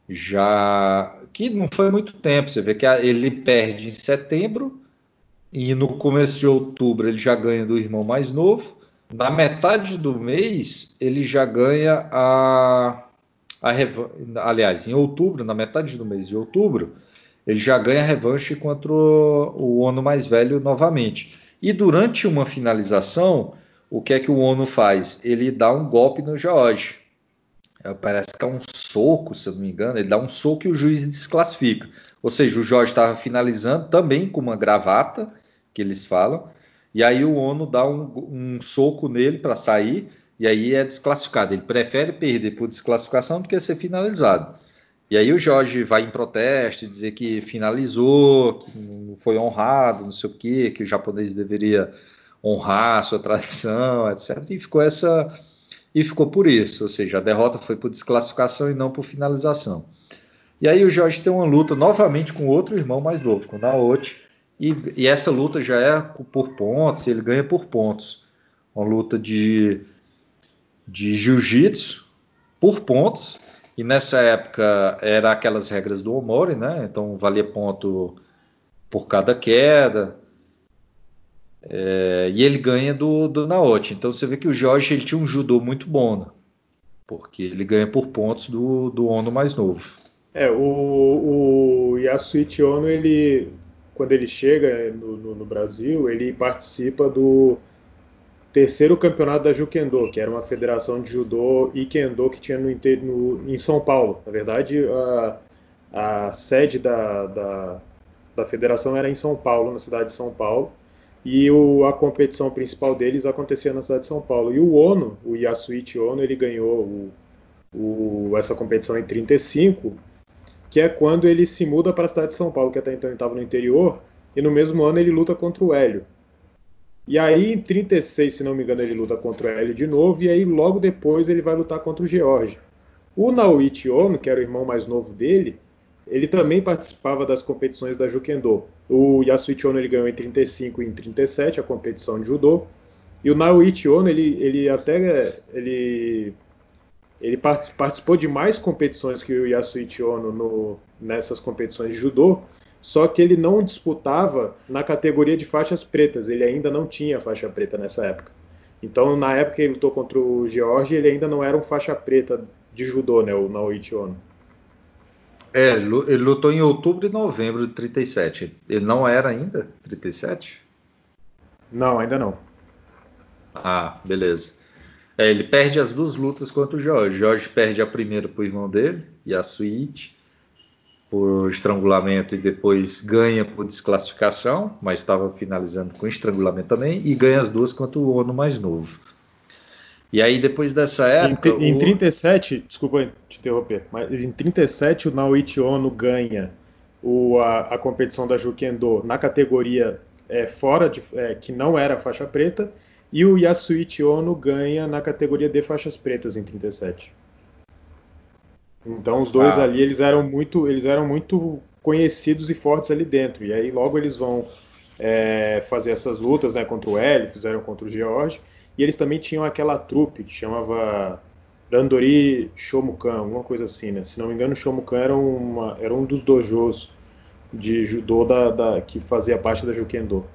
já que não foi muito tempo, você vê que ele perde em setembro, e no começo de outubro ele já ganha do irmão mais novo. Na metade do mês, ele já ganha a, a revanche. Aliás, em outubro, na metade do mês de outubro, ele já ganha a revanche contra o, o Ono mais velho novamente. E durante uma finalização, o que é que o Ono faz? Ele dá um golpe no George. Parece que é um soco, se eu não me engano. Ele dá um soco e o juiz desclassifica. Ou seja, o Jorge estava finalizando também com uma gravata, que eles falam. E aí o Ono dá um, um soco nele para sair, e aí é desclassificado. Ele prefere perder por desclassificação do que ser finalizado. E aí o Jorge vai em protesto, dizer que finalizou, que não foi honrado, não sei o quê, que o japonês deveria honrar a sua tradição, etcétera. E ficou essa... E ficou por isso, ou seja, a derrota foi por desclassificação e não por finalização. E aí o Jorge tem uma luta novamente com outro irmão mais novo, com o Naoki, e, e essa luta já é por pontos, ele ganha por pontos. Uma luta de, de jiu-jitsu por pontos, e nessa época era aquelas regras do Omori, né? Então valia ponto por cada queda, é, e ele ganha do, do Naoki. Então você vê que o Jorge ele tinha um judô muito bom, né? Porque ele ganha por pontos do, do Ono mais novo. É, o, o Yasuichi Ono, ele, quando ele chega no, no, no Brasil, ele participa do terceiro campeonato da Jukendo, que era uma federação de judô e kendo que tinha no, no, em São Paulo. Na verdade, a, a sede da, da, da federação era em São Paulo, na cidade de São Paulo, e o, a competição principal deles acontecia na cidade de São Paulo. E o Ono, o Yasuichi Ono, ele ganhou o, o, essa competição em trinta e cinco, que é quando ele se muda para a cidade de São Paulo, que até então ele estava no interior, e no mesmo ano ele luta contra o Hélio. E aí, em trinta e seis, se não me engano, ele luta contra o Hélio de novo, e aí logo depois ele vai lutar contra o George. O Naoichi Ono, que era o irmão mais novo dele, ele também participava das competições da Jukendo. O Yasuichi Ono ele ganhou em trinta e cinco e em trinta e sete a competição de judô. E o Naoichi Ono, ele, ele até ele, ele participou de mais competições que o Yasuichi Ono no, nessas competições de judô, só que ele não disputava na categoria de faixas pretas, ele ainda não tinha faixa preta nessa época. Então, na época que ele lutou contra o George, ele ainda não era um faixa preta de judô, né, o Naoichi Ono. É, ele lu- ele lutou em outubro e novembro de trinta e sete. Ele não era ainda trinta e sete? Não, ainda não. Ah, beleza. É, ele perde as duas lutas contra o Jorge. Jorge perde a primeira pro irmão dele, Yasuichi, por estrangulamento e depois ganha por desclassificação, mas estava finalizando com estrangulamento também, e ganha as duas contra o Ono mais novo. E aí, depois dessa Em, época, tri- em o. trinta e sete, desculpa te interromper, mas em trinta e sete o Naoichi Ono ganha o, a, a competição da Jukendo na categoria é, fora de, é, que não era faixa preta, e o Yasuichi Ono ganha na categoria de faixas pretas em trinta e sete. Então os dois Ah, ali eles eram muito eles eram muito conhecidos e fortes ali dentro. E aí logo eles vão é, fazer essas lutas, né, contra o Hélio, fizeram contra o George. E eles também tinham aquela trupe que chamava Randori Shomukan, alguma coisa assim, né? Se não me engano, o Shomukan era, uma, era um dos dojos de judô da, da- que fazia parte da Jukendo.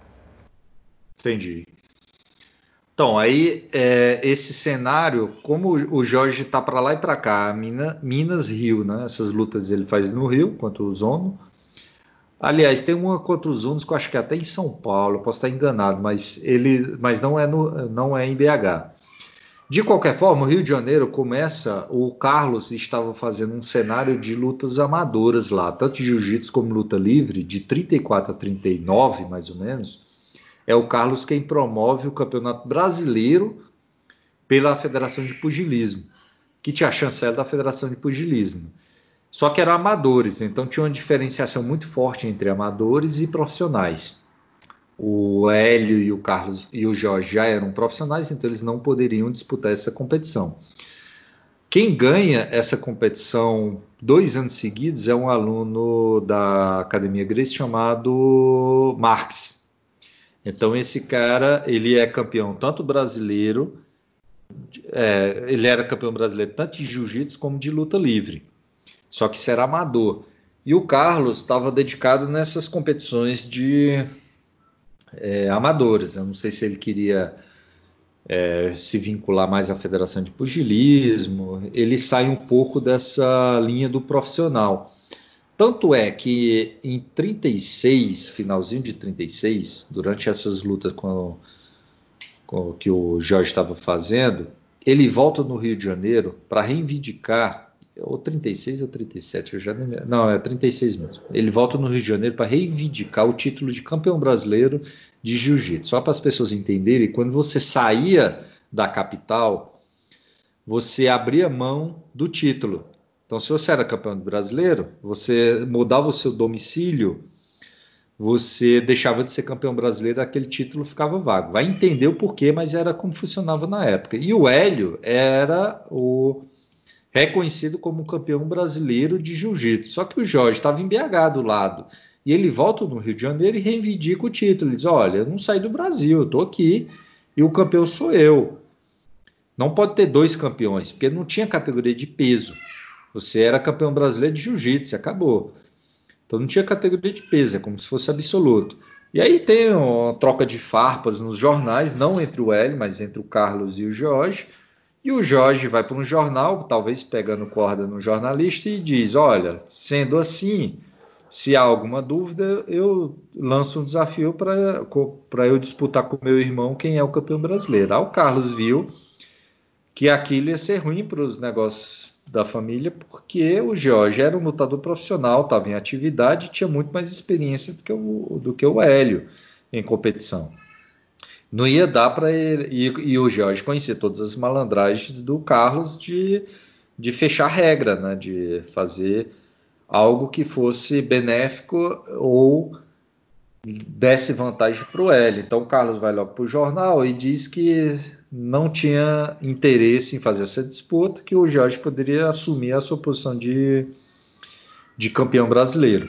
entendi. Então, aí, é, esse cenário, como o Jorge está para lá e para cá, Minas, Minas, Rio, né? Essas lutas ele faz no Rio, contra o Zono. Aliás, tem uma contra os Zonos que eu acho que é até em São Paulo, eu posso estar enganado, mas ele, mas não é, no, não é em B H. De qualquer forma, o Rio de Janeiro começa. O Carlos estava fazendo um cenário de lutas amadoras lá, tanto de jiu-jitsu como luta livre, de trinta e quatro a trinta e nove, mais ou menos. É o Carlos quem promove o Campeonato Brasileiro pela Federação de Pugilismo, que tinha a chancela da Federação de Pugilismo. Só que eram amadores, então tinha uma diferenciação muito forte entre amadores e profissionais. O Hélio e o Carlos e o Jorge já eram profissionais, então eles não poderiam disputar essa competição. Quem ganha essa competição dois anos seguidos é um aluno da Academia Gracie chamado Marx. Então esse cara ele é campeão tanto brasileiro, é, ele era campeão brasileiro tanto de jiu-jitsu como de luta livre. Só que isso era amador. E o Carlos estava dedicado nessas competições de é, amadores. Eu não sei se ele queria é, se vincular mais à Federação de Pugilismo. Ele sai um pouco dessa linha do profissional. Tanto é que em trinta e seis, finalzinho de trinta e seis, durante essas lutas com, com que o Jorge estava fazendo, ele volta no Rio de Janeiro para reivindicar, ou trinta e seis ou trinta e sete, eu já nem, não, é trinta e seis mesmo. Ele volta no Rio de Janeiro para reivindicar o título de campeão brasileiro de jiu-jitsu. Só para as pessoas entenderem, quando você saía da capital, você abria mão do título. Então, se você era campeão brasileiro, você mudava o seu domicílio, você deixava de ser campeão brasileiro, aquele título ficava vago. Vai entender o porquê, mas era como funcionava na época. E o Hélio era o reconhecido como campeão brasileiro de jiu-jitsu. Só que o Jorge estava em B H do lado. E ele volta no Rio de Janeiro e reivindica o título. Ele diz: olha, eu não saí do Brasil, eu estou aqui e o campeão sou eu. Não pode ter dois campeões, porque não tinha categoria de peso. Você era campeão brasileiro de jiu-jitsu, acabou. Então não tinha categoria de peso, é como se fosse absoluto. E aí tem uma troca de farpas nos jornais, não entre o Hélio, mas entre o Carlos e o Jorge. E o Jorge vai para um jornal, talvez pegando corda no jornalista, e diz: olha, sendo assim, se há alguma dúvida, eu lanço um desafio para eu disputar com meu irmão quem é o campeão brasileiro. Aí o Carlos viu que aquilo ia ser ruim para os negócios da família, porque o Jorge era um lutador profissional, estava em atividade e tinha muito mais experiência do que o, do que o Hélio em competição. Não ia dar para ele. E, e o Jorge conhecia todas as malandragens do Carlos de, de fechar regra, né? De fazer algo que fosse benéfico ou desse vantagem para o Hélio. Então o Carlos vai logo para o jornal e diz que não tinha interesse em fazer essa disputa, que o Jorge poderia assumir a sua posição de, de campeão brasileiro.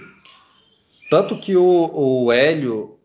Tanto que o, o Hélio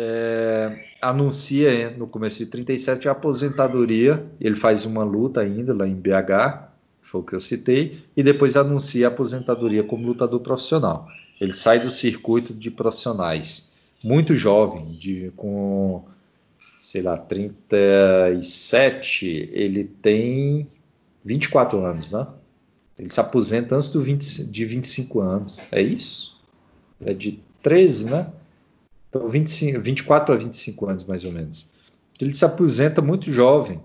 é, anuncia no começo de trinta e sete a aposentadoria, ele faz uma luta ainda lá em B H, foi o que eu citei, e depois anuncia a aposentadoria como lutador profissional. Ele sai do circuito de profissionais, muito jovem, de, com, sei lá, trinta e sete, ele tem vinte e quatro anos, né? Ele se aposenta antes do vinte, de vinte e cinco anos. É isso? É de treze, né? Então, vinte e cinco, vinte e quatro a vinte e cinco anos, mais ou menos. Ele se aposenta muito jovem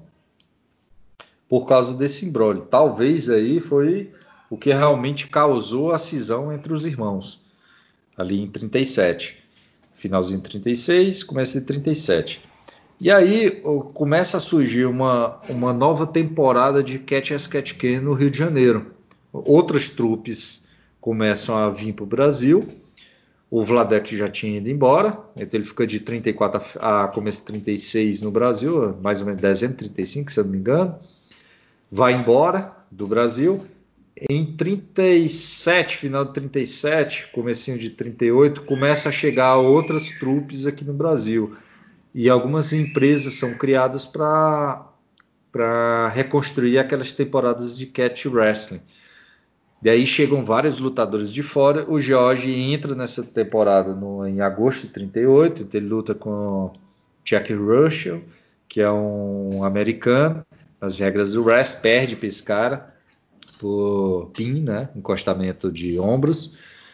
por causa desse imbróglio. Talvez aí foi o que realmente causou a cisão entre os irmãos, ali em trinta e sete. Finalzinho de trinta e seis, começo de trinta e sete. E aí começa a surgir uma, uma nova temporada de Catch as Catch Can no Rio de Janeiro. Outras trupes começam a vir para o Brasil. O Vladek já tinha ido embora, então ele fica de trinta e quatro a começo de trinta e seis no Brasil, mais ou menos dezembro de trinta e cinco, se eu não me engano. Vai embora do Brasil. Em trinta e sete, final de trinta e sete, comecinho de trinta e oito, começa a chegar outras trupes aqui no Brasil. E algumas empresas são criadas para para reconstruir aquelas temporadas de catch wrestling. Daí chegam vários lutadores de fora. O George entra nessa temporada no, em agosto de trinta e oito. Então ele luta com Jack Russell, que é um americano, nas regras do wrestling, perde para esse cara por pin, né? Encostamento de ombros.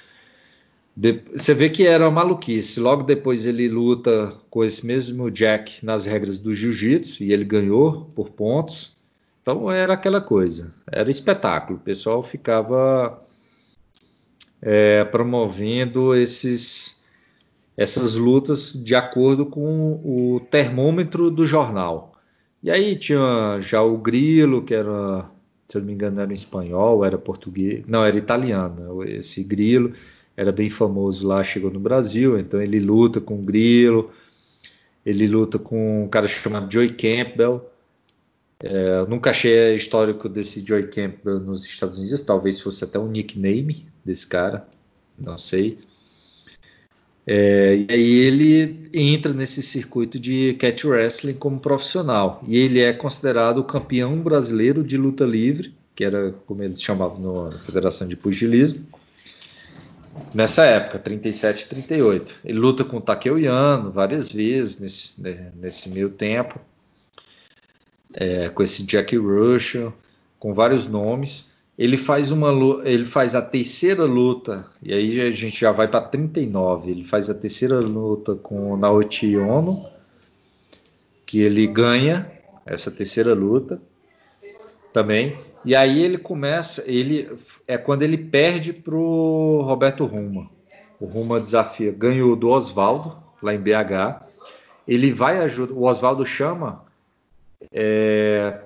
De, você vê que era uma maluquice. Logo depois ele luta com esse mesmo Jack nas regras do jiu-jitsu e ele ganhou por pontos. Então era aquela coisa, era espetáculo. O pessoal ficava é, promovendo esses, essas lutas de acordo com o termômetro do jornal. E aí tinha já o Grilo, que era, se eu não me engano, era em espanhol, era português, não, era italiano. Esse Grilo era bem famoso lá, chegou no Brasil, então ele luta com o Grilo, ele luta com um cara chamado Joey Campbell. É, eu nunca achei histórico desse Joey Campbell nos Estados Unidos, talvez fosse até um nickname desse cara, não sei. É, e aí ele entra nesse circuito de catch wrestling como profissional. E ele é considerado o campeão brasileiro de luta livre, que era como eles chamavam na Federação de Pugilismo, nessa época, trinta e sete, trinta e oito. Ele luta com o Takeo Yano várias vezes nesse, nesse meio tempo, é, com esse Jack Russell, com vários nomes. Ele faz, uma, ele faz a terceira luta, e aí a gente já vai para trinta e nove. Ele faz a terceira luta com o Naoki Ono, que ele ganha essa terceira luta também. E aí ele começa, ele é quando ele perde pro Roberto Ruma. O Ruma desafia, ganhou do Oswaldo, lá em B H. Ele vai ajudar, o Oswaldo chama é,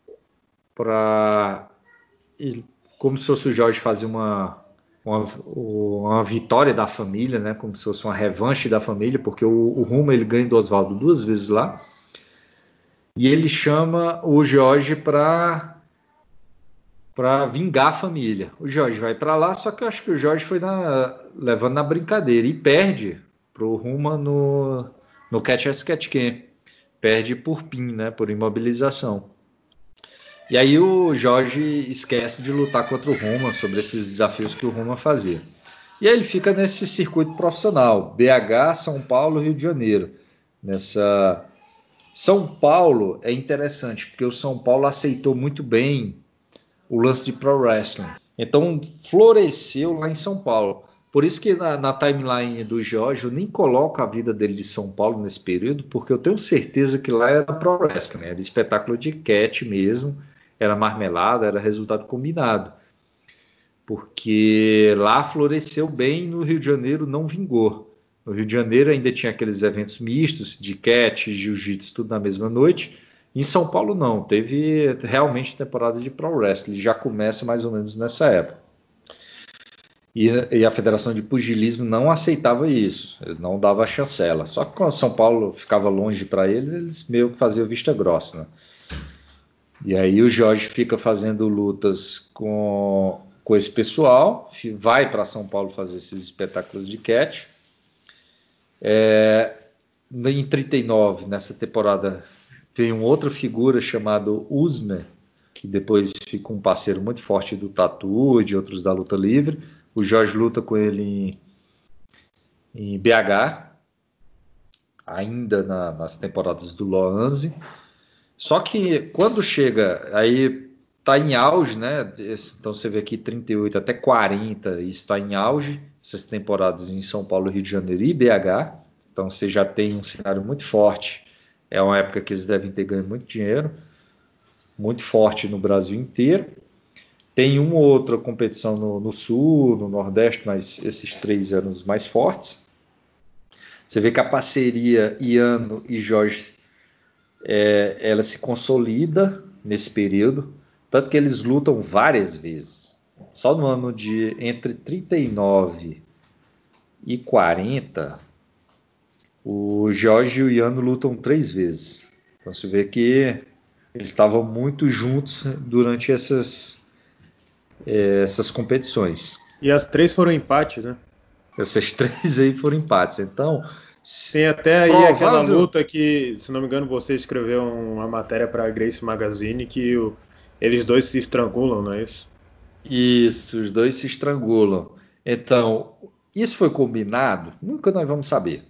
para como se fosse o Jorge fazer uma, uma, uma vitória da família, né? Como se fosse uma revanche da família, porque o, o Ruma ele ganha do Oswaldo duas vezes lá. E ele chama o Jorge para para vingar a família. O Jorge vai para lá, só que eu acho que o Jorge foi na, levando na brincadeira e perde pro Ruma no, no Catch as Catch Can. Perde por pin, né? Por imobilização. E aí o Jorge esquece de lutar contra o Roma sobre esses desafios que o Roma fazia. E aí ele fica nesse circuito profissional, B H, São Paulo, Rio de Janeiro. Nessa São Paulo é interessante, porque o São Paulo aceitou muito bem o lance de pro wrestling. Então floresceu lá em São Paulo. Por isso que na, na timeline do Jorge eu nem coloco a vida dele de São Paulo nesse período, porque eu tenho certeza que lá era pro wrestling, era espetáculo de catch mesmo, era marmelada, era resultado combinado. Porque lá floresceu bem, no Rio de Janeiro não vingou. No Rio de Janeiro ainda tinha aqueles eventos mistos de catch, jiu-jitsu, tudo na mesma noite. Em São Paulo não, teve realmente temporada de pro wrestling, já começa mais ou menos nessa época. E, e a Federação de Pugilismo não aceitava isso, não dava a chancela. Só que quando São Paulo ficava longe para eles, eles meio que faziam vista grossa, né? E aí o Jorge fica fazendo lutas com, com esse pessoal, vai para São Paulo fazer esses espetáculos de catch. É, em trinta e nove, nessa temporada, vem uma outra figura chamado Usman, que depois fica um parceiro muito forte do Tatu e de outros da luta livre. O Jorge luta com ele em, em B H, ainda na, nas temporadas do Loanze. Só que quando chega, aí está em auge, né? Então você vê aqui trinta e oito até quarenta, isso está em auge, essas temporadas em São Paulo, Rio de Janeiro e B H. Então você já tem um cenário muito forte. É uma época que eles devem ter ganho muito dinheiro, muito forte no Brasil inteiro. Tem uma ou outra competição no, no Sul, no Nordeste, mas esses três eram os mais fortes. Você vê que a parceria Iano e Jorge, é, ela se consolida nesse período, tanto que eles lutam várias vezes. Só no ano de entre trinta e nove e quarenta, o Jorge e o Iano lutam três vezes. Então você vê que eles estavam muito juntos durante essas, essas competições. E as três foram empates, né? Essas três aí foram empates. Então, Tem até aí aquela provável. luta que, se não me engano, você escreveu uma matéria para a Grace Magazine que o- eles dois se estrangulam, não é isso? Isso, os dois se estrangulam. Então, isso foi combinado? Nunca nós vamos saber.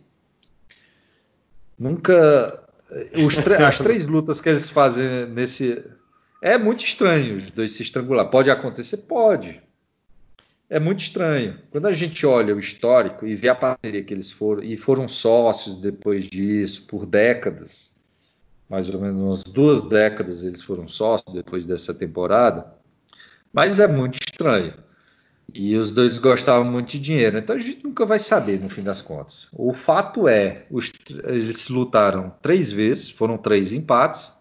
Nunca. Os as três lutas que eles fazem nesse. É muito estranho os dois se estrangular. Pode acontecer? Pode. É muito estranho. Quando a gente olha o histórico e vê a parceria que eles foram, e foram sócios depois disso, por décadas, mais ou menos umas duas décadas eles foram sócios depois dessa temporada, mas é muito estranho. E os dois gostavam muito de dinheiro, então a gente nunca vai saber no fim das contas. O fato é, os, eles lutaram três vezes, foram três empates,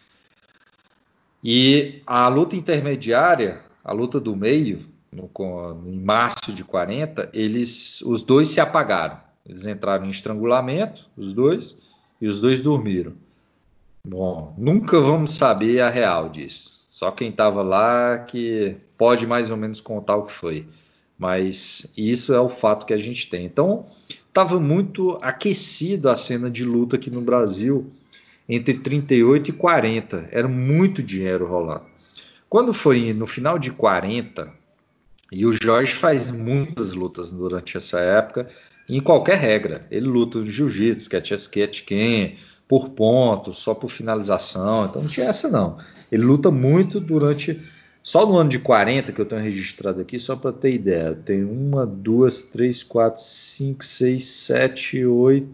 e a luta intermediária, a luta do meio, no, em março de quarenta, eles, os dois se apagaram. Eles entraram em estrangulamento, os dois, e os dois dormiram. Bom, nunca vamos saber a real disso. Só quem estava lá que pode mais ou menos contar o que foi. Mas isso é o fato que a gente tem. Então, estava muito aquecido a cena de luta aqui no Brasil entre trinta e oito e quarenta. Era muito dinheiro rolando. Quando foi no final de quarenta, e o Jorge faz muitas lutas durante essa época, em qualquer regra. Ele luta no jiu-jitsu, catch as catch can, por ponto, só por finalização. Então não tinha essa não. Ele luta muito durante. Só no ano de quarenta, que eu tenho registrado aqui, só para ter ideia, tem uma, duas, três, quatro, cinco, seis, sete, oito,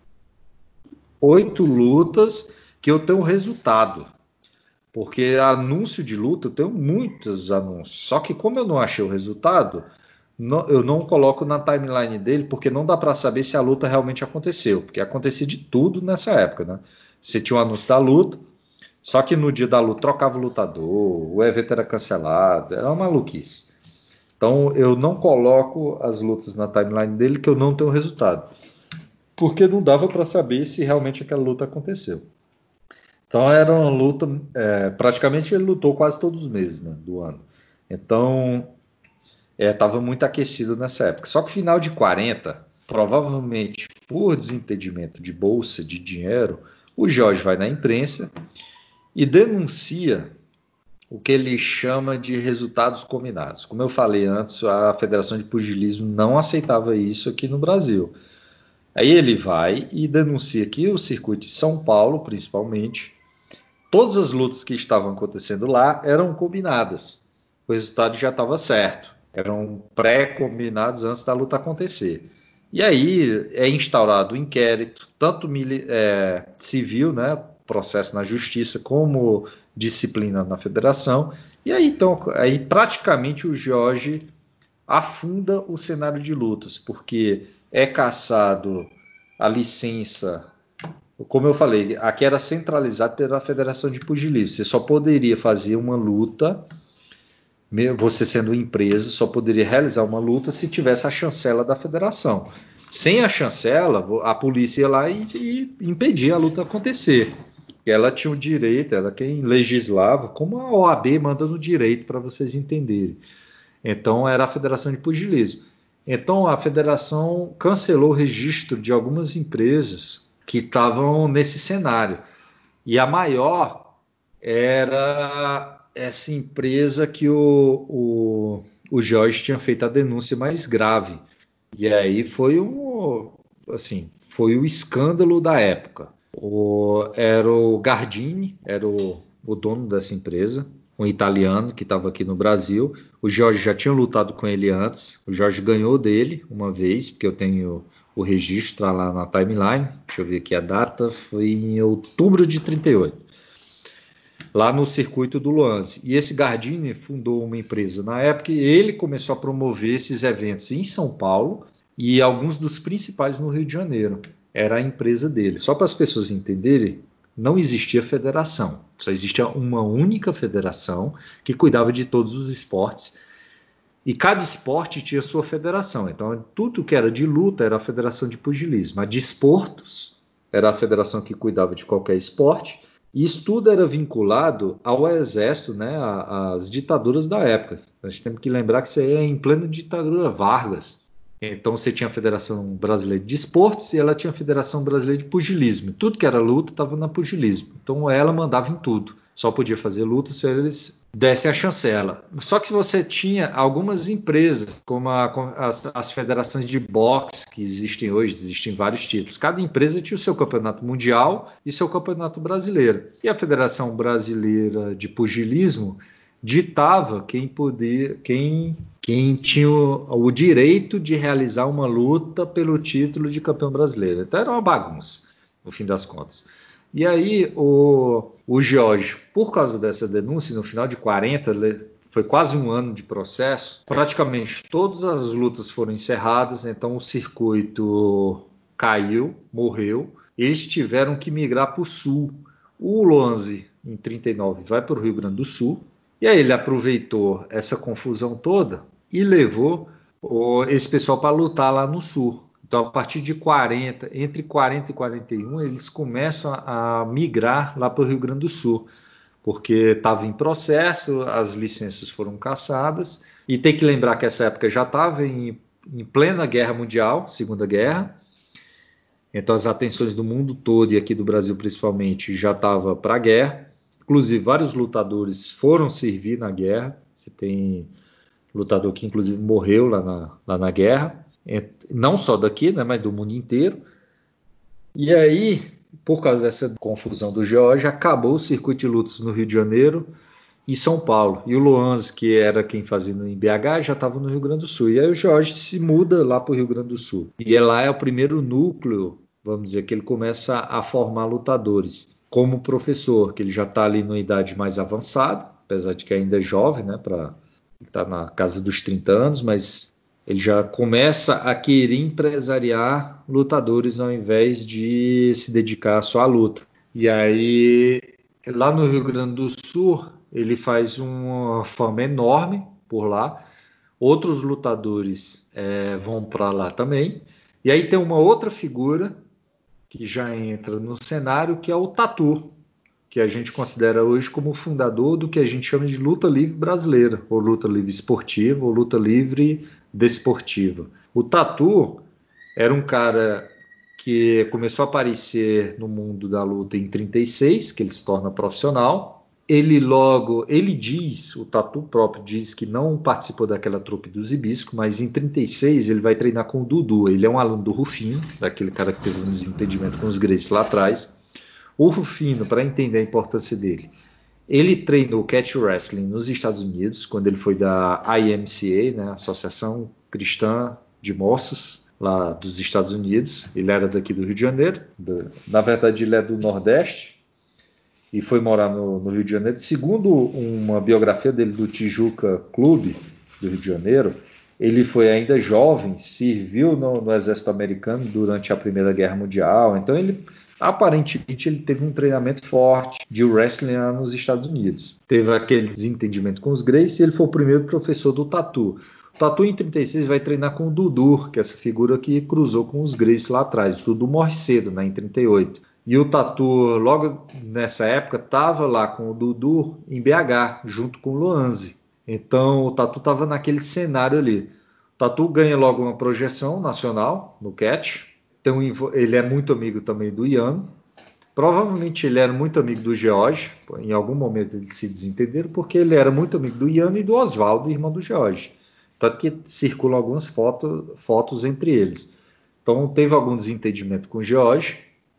oito lutas que eu tenho resultado. Porque anúncio de luta, eu tenho muitos anúncios. Só que como eu não achei o resultado, não, eu não coloco na timeline dele, porque não dá para saber se a luta realmente aconteceu. Porque acontecia de tudo nessa época, né? Você tinha o anúncio da luta, só que no dia da luta trocava o lutador, o evento era cancelado, era uma maluquice. Então eu não coloco as lutas na timeline dele, que eu não tenho resultado. Porque não dava para saber se realmente aquela luta aconteceu. Então era uma luta, é, praticamente ele lutou quase todos os meses, né, do ano. Então estava é, muito aquecido nessa época. Só que final de quarenta, provavelmente por desentendimento de bolsa, de dinheiro, o Jorge vai na imprensa e denuncia o que ele chama de resultados combinados. Como eu falei antes, a Federação de Pugilismo não aceitava isso aqui no Brasil. Aí ele vai e denuncia que o circuito de São Paulo, principalmente, todas as lutas que estavam acontecendo lá eram combinadas. O resultado já estava certo. Eram pré-combinados antes da luta acontecer. E aí é instaurado o um inquérito, tanto é, civil, né, processo na justiça, como disciplina na federação. E aí, então, aí praticamente o Jorge afunda o cenário de lutas, porque é cassado a licença. Como eu falei, aqui era centralizado pela Federação de Pugilismo. Você só poderia fazer uma luta, você sendo empresa, só poderia realizar uma luta se tivesse a chancela da federação. Sem a chancela, a polícia ia lá e, e impedia a luta acontecer. Ela tinha o direito, ela quem legislava, como a O A B manda no direito, para vocês entenderem. Então era a Federação de Pugilismo. Então a federação cancelou o registro de algumas empresas que estavam nesse cenário. E a maior era essa empresa que o, o, o Jorge tinha feito a denúncia mais grave. E aí foi um, assim, foi o escândalo da época. O, era o Gardini, era o, o dono dessa empresa. um italiano que estava aqui no Brasil. O Jorge já tinha lutado com ele antes. O Jorge ganhou dele uma vez, porque eu tenho o registro tá lá na timeline. Deixa eu ver aqui a data. Foi em outubro de trinta e oito. Lá no circuito do Luanzi. E esse Gardini fundou uma empresa na época e ele começou a promover esses eventos em São Paulo e alguns dos principais no Rio de Janeiro. Era a empresa dele. Só para as pessoas entenderem, não existia federação. Só existia uma única federação que cuidava de todos os esportes. E cada esporte tinha sua federação. Então, tudo que era de luta era a federação de pugilismo. A de esportes era a federação que cuidava de qualquer esporte. E isso tudo era vinculado ao exército, né, às ditaduras da época. A gente tem que lembrar que isso aí é em plena ditadura Vargas. Então você tinha a Federação Brasileira de Esportes e ela tinha a Federação Brasileira de Pugilismo. Tudo que era luta estava na pugilismo. Então ela mandava em tudo. Só podia fazer luta se eles dessem a chancela. Só que você tinha algumas empresas, como a, as, as federações de boxe que existem hoje, existem vários títulos. Cada empresa tinha o seu campeonato mundial e seu campeonato brasileiro. E a Federação Brasileira de Pugilismo ditava quem podia, quem, quem tinha o, o direito de realizar uma luta pelo título de campeão brasileiro. Então era uma bagunça, no fim das contas. E aí o, o Jorge, por causa dessa denúncia, no final de quarenta, foi quase um ano de processo, praticamente todas as lutas foram encerradas, então o circuito caiu, morreu, eles tiveram que migrar para o sul. O Luanzi, em trinta e nove, vai para o Rio Grande do Sul, e aí ele aproveitou essa confusão toda e levou o, esse pessoal para lutar lá no sul. Então, a partir de quarenta, entre quarenta e quarenta e um, eles começam a, a migrar lá para o Rio Grande do Sul, porque estava em processo, as licenças foram cassadas, e tem que lembrar que essa época já estava em, em plena Guerra Mundial, Segunda Guerra, então as atenções do mundo todo, e aqui do Brasil principalmente, já estava para a guerra. Inclusive, vários lutadores foram servir na guerra. Você tem lutador que, inclusive, morreu lá na, lá na guerra. Não só daqui, né, mas do mundo inteiro. E aí, por causa dessa confusão do George, acabou o circuito de lutas no Rio de Janeiro e São Paulo. E o Luanzi, que era quem fazia no B H, já estava no Rio Grande do Sul. E aí o George se muda lá para o Rio Grande do Sul. E lá é o primeiro núcleo, vamos dizer, que ele começa a formar lutadores. Como professor, que ele já está ali numa idade mais avançada, apesar de que ainda é jovem, né, para estar tá na casa dos trinta anos, mas ele já começa a querer empresariar lutadores ao invés de se dedicar só à luta. E aí, lá no Rio Grande do Sul, ele faz uma fama enorme por lá. Outros lutadores é, vão para lá também. E aí tem uma outra figura que já entra no cenário, que é o Tatu, que a gente considera hoje como fundador do que a gente chama de luta livre brasileira, ou luta livre esportiva, ou luta livre desportiva. O Tatu era um cara que começou a aparecer no mundo da luta em trinta e seis, que ele se torna profissional. Ele logo, ele diz, o Tatu próprio diz que não participou daquela trupe do Zibisco, mas em trinta e seis ele vai treinar com o Dudu. Ele é um aluno do Rufino, daquele cara que teve um desentendimento com os Gracie lá atrás. O Rufino, para entender a importância dele, ele treinou catch wrestling nos Estados Unidos, quando ele foi da I M C A, né, Associação Cristã de Moças, lá dos Estados Unidos. Ele era daqui do Rio de Janeiro, do, na verdade ele é do Nordeste, e foi morar no, no Rio de Janeiro. Segundo uma biografia dele do Tijuca Clube do Rio de Janeiro, ele foi ainda jovem, serviu no, no exército americano durante a Primeira Guerra Mundial, então ele aparentemente ele teve um treinamento forte de wrestling lá nos Estados Unidos. Teve aquele desentendimento com os Gracie e ele foi o primeiro professor do Tatu. O Tatu em trinta e seis vai treinar com o Dudu, que é essa figura que cruzou com os Gracie lá atrás. O Dudu morre cedo, né, em trinta e oito. E o Tatu, logo nessa época, estava lá com o Dudu em B H, junto com o Luanzi. Então o Tatu estava naquele cenário ali. O Tatu ganha logo uma projeção nacional no catch. Então ele é muito amigo também do Ian. Provavelmente ele era muito amigo do George. Em algum momento eles se desentenderam, porque ele era muito amigo do Ian e do Oswaldo, irmão do George. Tanto que circulam algumas foto, fotos entre eles. Então teve algum desentendimento com o George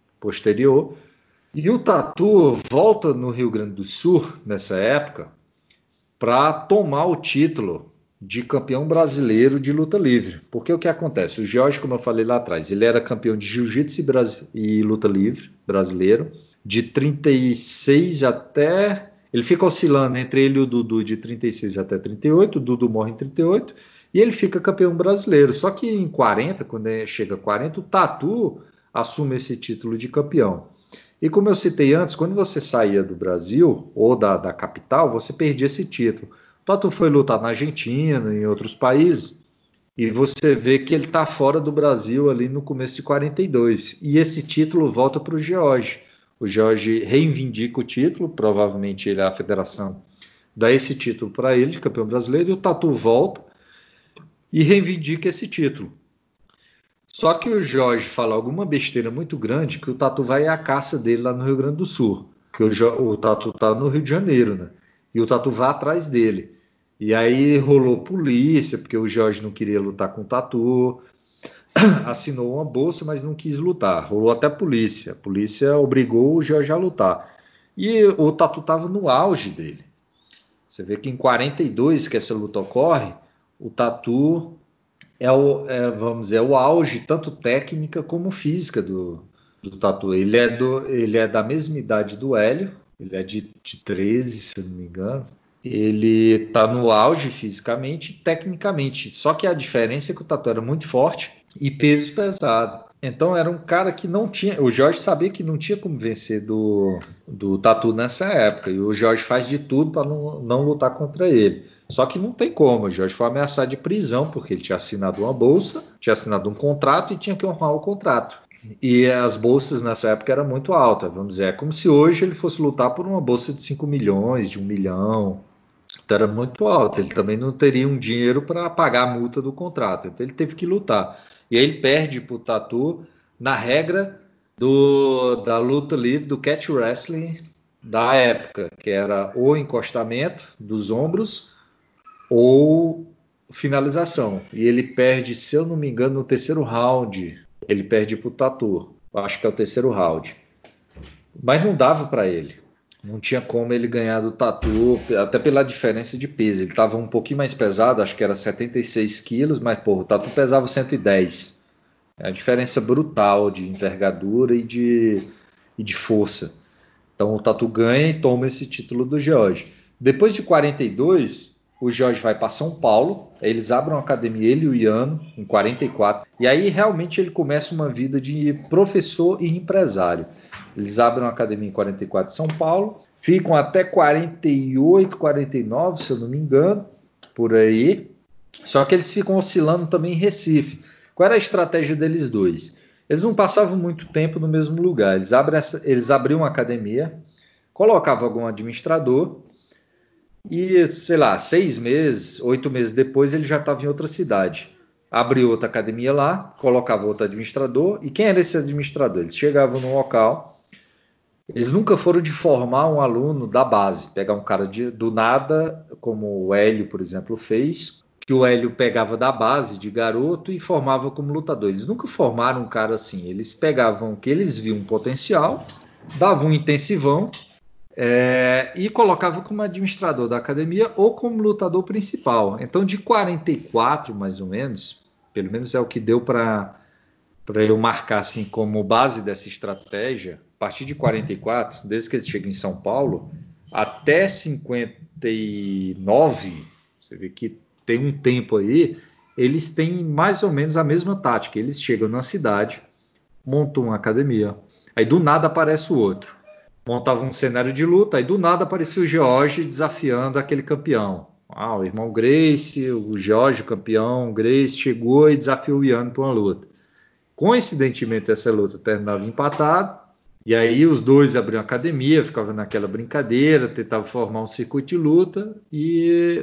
posterior. E o Tatu volta no Rio Grande do Sul nessa época para tomar o título de campeão brasileiro de luta livre. Porque o que acontece? O Jorge, como eu falei lá atrás, ele era campeão de jiu-jitsu e luta livre brasileiro, de trinta e seis até... Ele fica oscilando entre ele e o Dudu de trinta e seis até trinta e oito, o Dudu morre em trinta e oito, e ele fica campeão brasileiro. Só que em quarenta, quando chega a quarenta, o Tatu assume esse título de campeão. E como eu citei antes, quando você saía do Brasil ou da, da capital, você perdia esse título. O Tatu foi lutar na Argentina, em outros países, e você vê que ele está fora do Brasil ali no começo de quarenta e dois. E esse título volta para o George. O George reivindica o título, provavelmente ele, a federação dá esse título para ele, de campeão brasileiro, e o Tatu volta e reivindica esse título. Só que o Jorge fala alguma besteira muito grande que o Tatu vai à caça dele lá no Rio Grande do Sul. Porque o, jo- o Tatu tá no Rio de Janeiro, né? E o Tatu vai atrás dele. E aí rolou polícia, porque o Jorge não queria lutar com o Tatu. Assinou uma bolsa, mas não quis lutar. Rolou até polícia. A polícia obrigou o Jorge a lutar. E o Tatu estava no auge dele. Você vê que em quarenta e dois, que essa luta ocorre, o Tatu é o, é, vamos dizer, é o auge, tanto técnica como física do, do Tatu. Ele é, do, ele é da mesma idade do Hélio, ele é de, de treze, se eu não me engano. Ele está no auge fisicamente e tecnicamente. Só que a diferença é que o Tatu era muito forte e peso pesado. Então era um cara que não tinha. O Jorge sabia que não tinha como vencer do, do Tatu nessa época. E o Jorge faz de tudo para não, não lutar contra ele. Só que não tem como. O Jorge foi ameaçado de prisão, porque ele tinha assinado uma bolsa, tinha assinado um contrato e tinha que honrar o contrato. E as bolsas nessa época eram muito altas. Vamos dizer, é como se hoje ele fosse lutar por uma bolsa de cinco milhões, de um milhão. Então era muito alto. Ele também não teria um dinheiro para pagar a multa do contrato. Então ele teve que lutar. E aí ele perde para o Tatu na regra do, da luta livre, do catch wrestling da época, que era o encostamento dos ombros ou finalização. E ele perde, se eu não me engano, no terceiro round. Ele perde para o Tatu. Acho que é o terceiro round. Mas não dava para ele. Não tinha como ele ganhar do Tatu, até pela diferença de peso. Ele estava um pouquinho mais pesado, acho que era setenta e seis quilos, mas pô, o Tatu pesava cento e dez. É a diferença brutal de envergadura e de, e de força. Então o Tatu ganha e toma esse título do George. Depois de quarenta e dois, o George vai para São Paulo, eles abrem uma academia, ele e o Iano, em quarenta e quatro. E aí realmente ele começa uma vida de professor e empresário. Eles abrem uma academia em quarenta e quatro em São Paulo, ficam até quarenta e oito, quarenta e nove, se eu não me engano, por aí. Só que eles ficam oscilando também em Recife. Qual era a estratégia deles dois? Eles não passavam muito tempo no mesmo lugar. Eles, abrem essa, eles abriam uma academia, colocavam algum administrador e, sei lá, seis meses, oito meses depois ele já estava em outra cidade. Abriu outra academia lá, colocava outro administrador. E quem era esse administrador? Eles chegavam no local. Eles nunca foram de formar um aluno da base, pegar um cara de, do nada, como o Hélio, por exemplo, fez, que o Hélio pegava da base de garoto e formava como lutador. Eles nunca formaram um cara assim. Eles pegavam o que eles viam um potencial, davam um intensivão é, e colocavam como administrador da academia ou como lutador principal. Então, de quarenta e quatro, mais ou menos, pelo menos é o que deu para para eu marcar assim como base dessa estratégia, a partir de quarenta e quatro, desde que eles chegam em São Paulo, até cinquenta e nove, você vê que tem um tempo aí, eles têm mais ou menos a mesma tática. Eles chegam na cidade, montam uma academia, aí do nada aparece o outro. Montava um cenário de luta, aí do nada aparecia o George desafiando aquele campeão. Ah, o irmão Gracie, o George, o campeão, o Gracie chegou e desafiou o Ian para uma luta. Coincidentemente, essa luta terminava empatado, e aí os dois abriam academia, ficavam naquela brincadeira, tentavam formar um circuito de luta, e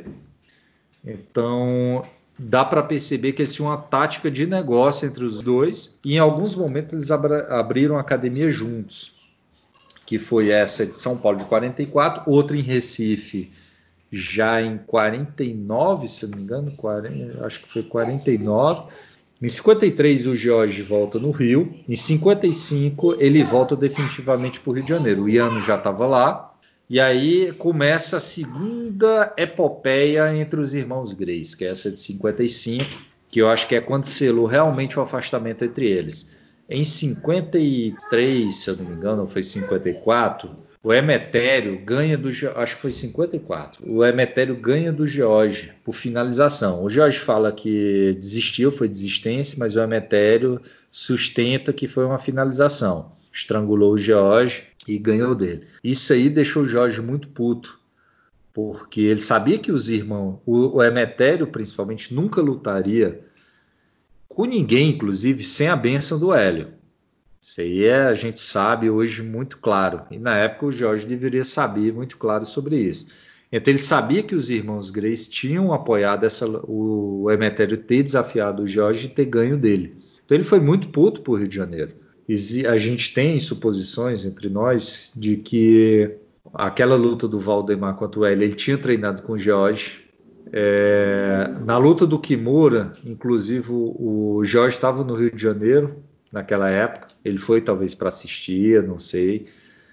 então dá para perceber que eles tinham uma tática de negócio entre os dois, e em alguns momentos eles abriram academia juntos, que foi essa de São Paulo de quarenta e quatro, outra em Recife já em quarenta e nove, se eu não me engano, quarenta, acho que foi quarenta e nove. Em cinquenta e três o Jorge volta no Rio, em cinquenta e cinco ele volta definitivamente para o Rio de Janeiro. O Iano já estava lá, E aí começa a segunda epopeia entre os irmãos Grace, que é essa de cinquenta e cinco, que eu acho que é quando selou realmente o afastamento entre eles. Em cinquenta e três, se eu não me engano, ou foi cinquenta e quatro, o Emetério ganha do... Acho que foi cinquenta e quatro. O Emetério ganha do George por finalização. O George fala que desistiu, foi desistência, mas o Emetério sustenta que foi uma finalização. Estrangulou o George e ganhou dele. Isso aí deixou o George muito puto, porque ele sabia que os irmãos, o, o Emetério principalmente, nunca lutaria com ninguém, inclusive, sem a bênção do Hélio. Isso aí é, a gente sabe hoje muito claro. E na época o George deveria saber muito claro sobre isso. Então ele sabia que os irmãos Grace tinham apoiado essa, o Emetério ter desafiado o George e ter ganho dele. Então ele foi muito puto para o Rio de Janeiro. E a gente tem suposições entre nós de que aquela luta do Valdemar contra o Hélio, ele tinha treinado com o George. É, na luta do Kimura, inclusive o, o George estava no Rio de Janeiro naquela época. Ele foi talvez para assistir, não sei.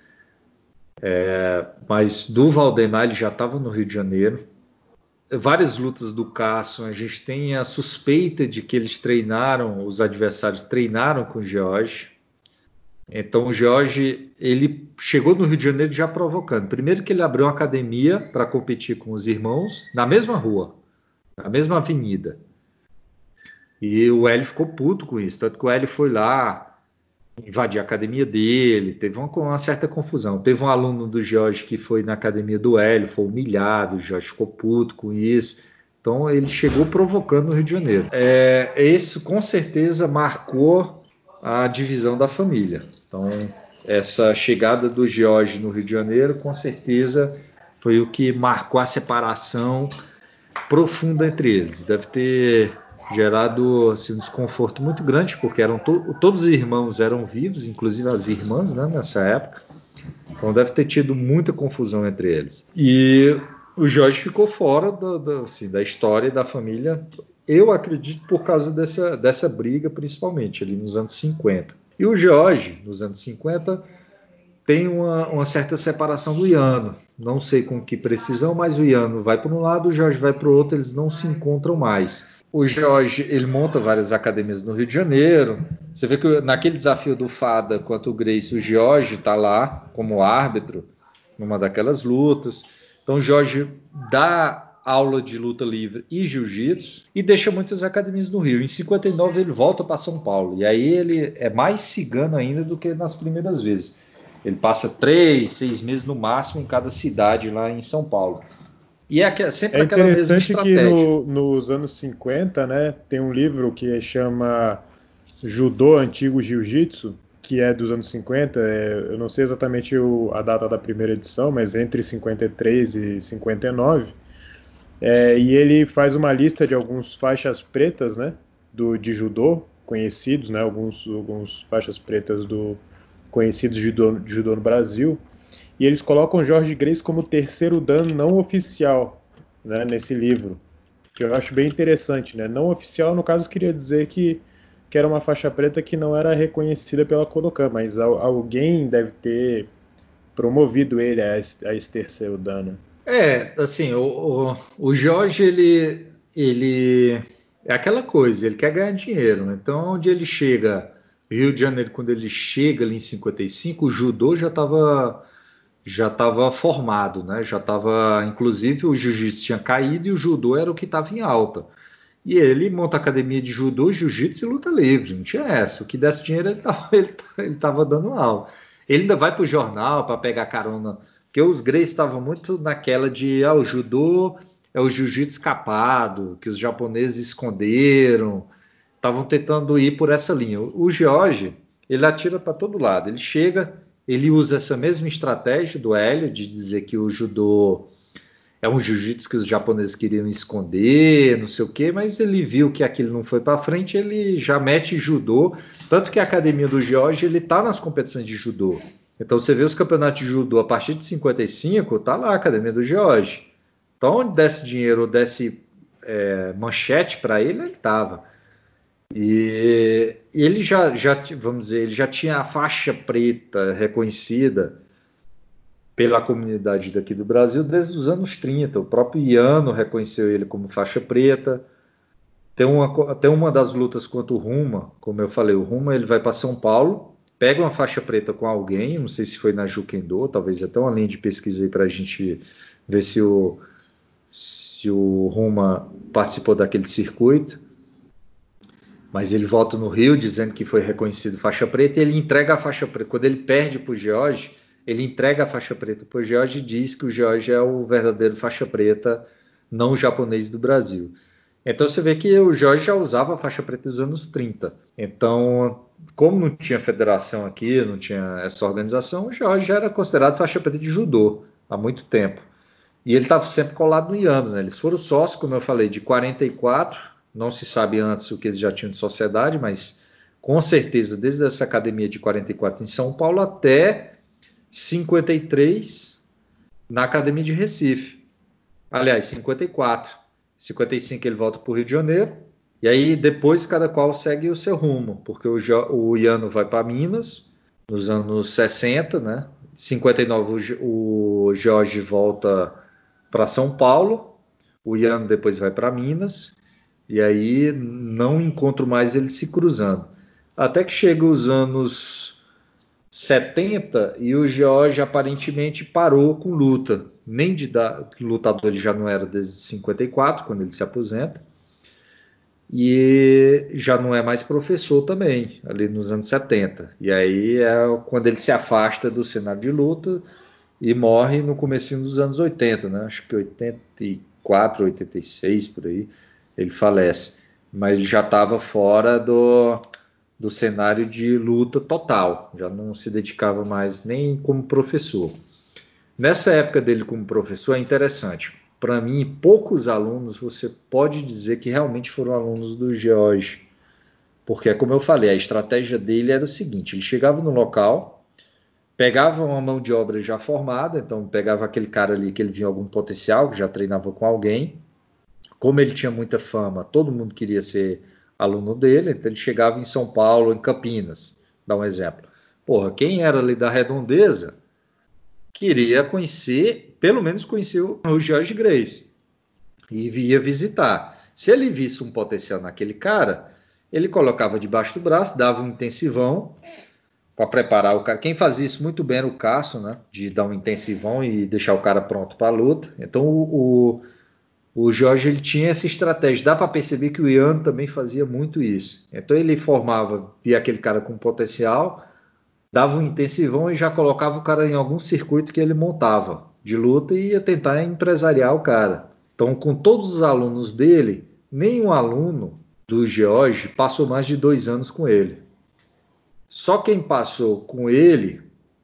É, mas do Valdemar ele já estava no Rio de Janeiro. Várias lutas do Carson, a gente tem a suspeita de que eles treinaram, os adversários treinaram com o George. Então o George, ele chegou no Rio de Janeiro já provocando. Primeiro que ele abriu uma academia para competir com os irmãos na mesma rua, na mesma avenida. E o Hélio ficou puto com isso, tanto que o Hélio foi lá invadir a academia dele, teve uma, uma certa confusão. Teve um aluno do George que foi na academia do Hélio, foi humilhado, o George ficou puto com isso. Então ele chegou provocando no Rio de Janeiro. É, isso com certeza marcou a divisão da família. Então essa chegada do George no Rio de Janeiro com certeza foi o que marcou a separação profunda entre eles. Deve ter gerado assim, um desconforto muito grande, porque eram to todos os irmãos eram vivos, inclusive as irmãs, né, nessa época. Então deve ter tido muita confusão entre eles. E o Jorge ficou fora do, do, assim, da história da família, eu acredito, por causa dessa, dessa briga, principalmente, ali nos anos cinquenta. E o Jorge, nos anos cinquenta, tem uma, uma certa separação do Iano. Não sei com que precisão, mas o Iano vai para um lado, o Jorge vai para o outro, eles não se encontram mais. O Jorge, ele monta várias academias no Rio de Janeiro. Você vê que naquele desafio do Fada contra o Gracie, o Jorge está lá como árbitro numa daquelas lutas. Então o Jorge dá aula de luta livre e jiu-jitsu e deixa muitas academias no Rio. Em cinquenta e nove ele volta para São Paulo. E aí ele é mais cigano ainda do que nas primeiras vezes. Ele passa três, seis meses no máximo em cada cidade lá em São Paulo. E é sempre É aquela mesma interessante que estratégia. no, nos anos cinquenta, né, tem um livro que chama Judô Antigo Jiu-Jitsu, que é dos anos cinquenta. É, eu não sei exatamente o, a data da primeira edição, mas entre cinquenta e três e cinquenta e nove. É, e ele faz uma lista de alguns faixas pretas, né, do, de judô conhecidos, né, alguns, alguns faixas pretas do conhecidos de judô, de judô no Brasil. E eles colocam Jorge Grace como terceiro dan não oficial, né, nesse livro, que eu acho bem interessante, né? Não oficial, no caso, queria dizer que, que era uma faixa preta que não era reconhecida pela Kodokan, mas al, alguém deve ter promovido ele a esse, a esse terceiro dan, né? É, assim, o, o, o Jorge, ele, ele é aquela coisa, ele quer ganhar dinheiro. Então, onde ele chega, Rio de Janeiro, quando ele chega ali em cinquenta e cinco, o judô já estava já estava formado, né? Já estava, inclusive, o jiu-jitsu tinha caído e o judô era o que estava em alta. E ele monta academia de judô, jiu-jitsu e luta livre. Não tinha essa. O que desse dinheiro ele estava ele, ele tava dando aula. Ele ainda vai para o jornal para pegar carona. Porque os Grace estavam muito naquela de ah, o judô é o jiu-jitsu escapado, que os japoneses esconderam. Estavam tentando ir por essa linha. O George, ele atira para todo lado. Ele chega, ele usa essa mesma estratégia do Hélio, de dizer que o judô é um jiu-jitsu que os japoneses queriam esconder, não sei o quê, mas ele viu que aquilo não foi para frente, ele já mete judô, tanto que a academia do Jorge, ele tá nas competições de judô. Então você vê os campeonatos de judô a partir de cinquenta e cinco, tá lá a academia do Jorge. Então onde desse dinheiro, desse é, manchete para ele, ele tava. E ele já, já, vamos dizer, ele já tinha a faixa preta reconhecida pela comunidade daqui do Brasil desde os anos trinta. O próprio Iano reconheceu ele como faixa preta. Tem uma, até uma das lutas contra o Ruma, como eu falei, o Ruma ele vai para São Paulo, pega uma faixa preta com alguém, não sei se foi na Juquendô, talvez até uma linha de pesquisa aí para a gente ver se o, se o Ruma participou daquele circuito. Mas ele volta no Rio dizendo que foi reconhecido faixa preta e ele entrega a faixa preta. Quando ele perde para o George, ele entrega a faixa preta para o George e diz que o George é o verdadeiro faixa preta, não o japonês do Brasil. Então você vê que o Jorge já usava a faixa preta dos anos trinta. Então, como não tinha federação aqui, não tinha essa organização, o Jorge já era considerado faixa preta de judô há muito tempo. E ele estava sempre colado no Iano, né? Eles foram sócios, como eu falei, de quarenta e quatro, não se sabe antes o que eles já tinham de sociedade, mas com certeza desde essa academia de quarenta e quatro em São Paulo até cinquenta e três na academia de Recife. Aliás, cinquenta e quatro. cinquenta e cinco ele volta para o Rio de Janeiro, e aí depois cada qual segue o seu rumo, porque o, jo, o Iano vai para Minas, nos anos sessenta, né? Em cinquenta e nove o, o Jorge volta para São Paulo, o Iano depois vai para Minas, e aí não encontro mais eles se cruzando. Até que chega os anos setenta e o George aparentemente parou com luta. Nem de dar, lutador ele já não era desde cinquenta e quatro, quando ele se aposenta. E já não é mais professor também, ali nos anos setenta. E aí é quando ele se afasta do cenário de luta e morre no comecinho dos anos oitenta, né? Acho que oitenta e quatro, oitenta e seis, por aí, ele falece. Mas ele já estava fora do, do cenário de luta total, já não se dedicava mais nem como professor. Nessa época dele como professor é interessante. Para mim, poucos alunos você pode dizer que realmente foram alunos do George, porque, como eu falei, a estratégia dele era o seguinte: ele chegava no local, pegava uma mão de obra já formada, então pegava aquele cara ali que ele via algum potencial, que já treinava com alguém. Como ele tinha muita fama, todo mundo queria ser aluno dele, então ele chegava em São Paulo, em Campinas, dá um exemplo. Porra, quem era ali da Redondeza queria conhecer, pelo menos conhecer o George Grace, e ia visitar. Se ele visse um potencial naquele cara, ele colocava debaixo do braço, dava um intensivão para preparar o cara. Quem fazia isso muito bem era o Cássio, né? De dar um intensivão e deixar o cara pronto para a luta. Então o, o, o Jorge ele tinha essa estratégia. Dá para perceber que o Ian também fazia muito isso. Então ele formava, via aquele cara com potencial, dava um intensivão e já colocava o cara em algum circuito que ele montava de luta e ia tentar empresariar o cara. Então, com todos os alunos dele, nenhum aluno do George passou mais de dois anos com ele. Só quem passou com ele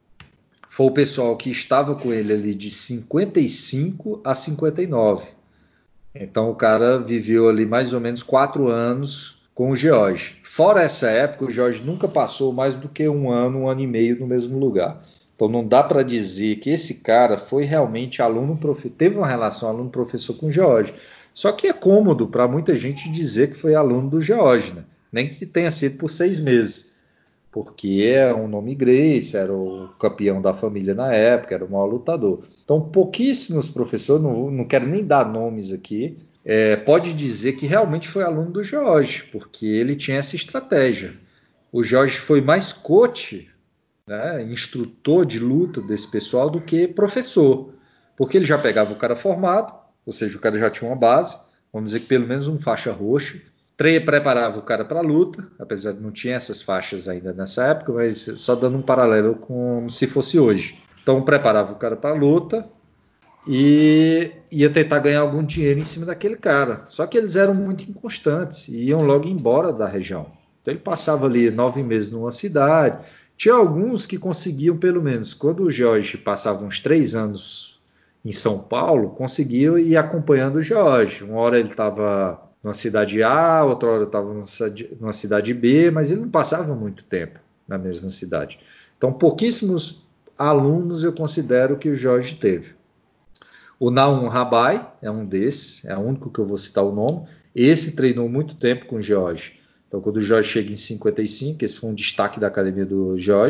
foi o pessoal que estava com ele ali de cinquenta e cinco a cinquenta e nove. Então o cara viveu ali mais ou menos quatro anos com o George. Fora essa época, o George nunca passou mais do que um ano, um ano e meio no mesmo lugar. Então não dá para dizer que esse cara foi realmente aluno, teve uma relação aluno-professor com o George. Só que é cômodo para muita gente dizer que foi aluno do George, né? Nem que tenha sido por seis meses, porque é um nome Grace, era o campeão da família na época, era o maior lutador. Então pouquíssimos professores, não, não quero nem dar nomes aqui, é, pode dizer que realmente foi aluno do George, porque ele tinha essa estratégia. O George foi mais coach, né, instrutor de luta desse pessoal, do que professor, porque ele já pegava o cara formado, ou seja, o cara já tinha uma base, vamos dizer que pelo menos um faixa roxa, preparava o cara para a luta, apesar de não tinha essas faixas ainda nessa época, mas só dando um paralelo com se fosse hoje. Então preparava o cara para a luta, e ia tentar ganhar algum dinheiro em cima daquele cara. Só que eles eram muito inconstantes e iam logo embora da região. Então ele passava ali nove meses numa cidade. Tinha alguns que conseguiam, pelo menos, quando o Jorge passava uns três anos em São Paulo, conseguiam ir acompanhando o Jorge. Uma hora ele estava numa cidade A, outra hora estava numa cidade B, mas ele não passava muito tempo na mesma cidade. Então pouquíssimos alunos eu considero que o Jorge teve. O Naum Rabai é um desses, é o único que eu vou citar o nome. Esse treinou muito tempo com o George. Então, quando o George chega em cinquenta e cinco, esse foi um destaque da academia do George,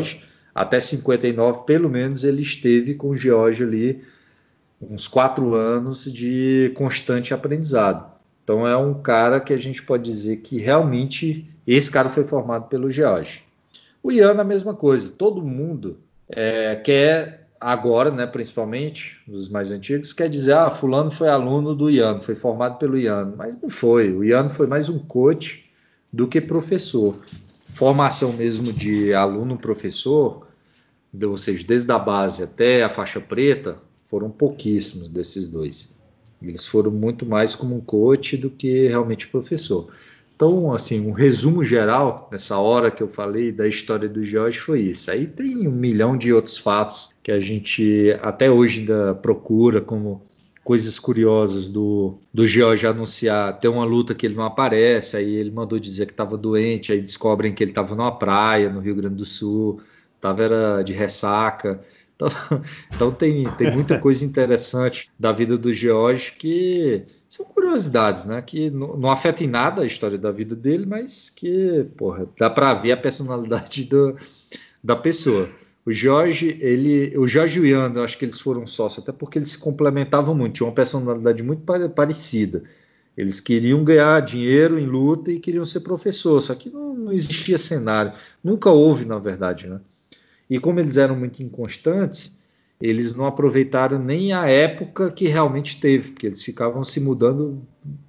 até cinquenta e nove, pelo menos, ele esteve com o George ali uns quatro anos de constante aprendizado. Então é um cara que a gente pode dizer que realmente esse cara foi formado pelo George. O Ian a mesma coisa, todo mundo é, quer agora, né, principalmente os mais antigos, quer dizer, ah, fulano foi aluno do Ian, foi formado pelo Ian, mas não foi, o Ian foi mais um coach do que professor. Formação mesmo de aluno-professor, ou seja, desde a base até a faixa preta, foram pouquíssimos desses dois. Eles foram muito mais como um coach do que realmente professor. Então, assim, um resumo geral, nessa hora que eu falei da história do George foi isso. Aí tem um milhão de outros fatos que a gente até hoje ainda procura, como coisas curiosas do, do George anunciar, ter uma luta que ele não aparece, aí ele mandou dizer que estava doente, aí descobrem que ele estava numa praia no Rio Grande do Sul, estava era de ressaca. Então, então tem, tem muita coisa interessante da vida do George que são curiosidades, né? Que não, não afeta em nada a história da vida dele, mas que, porra, dá para ver a personalidade do, da pessoa. O Jorge, ele, o Jorge e o Ian, eu acho que eles foram sócios, até porque eles se complementavam muito, tinham uma personalidade muito parecida. Eles queriam ganhar dinheiro em luta e queriam ser professor, só que não, não existia cenário. Nunca houve, na verdade, né? E como eles eram muito inconstantes, eles não aproveitaram nem a época que realmente teve, porque eles ficavam se mudando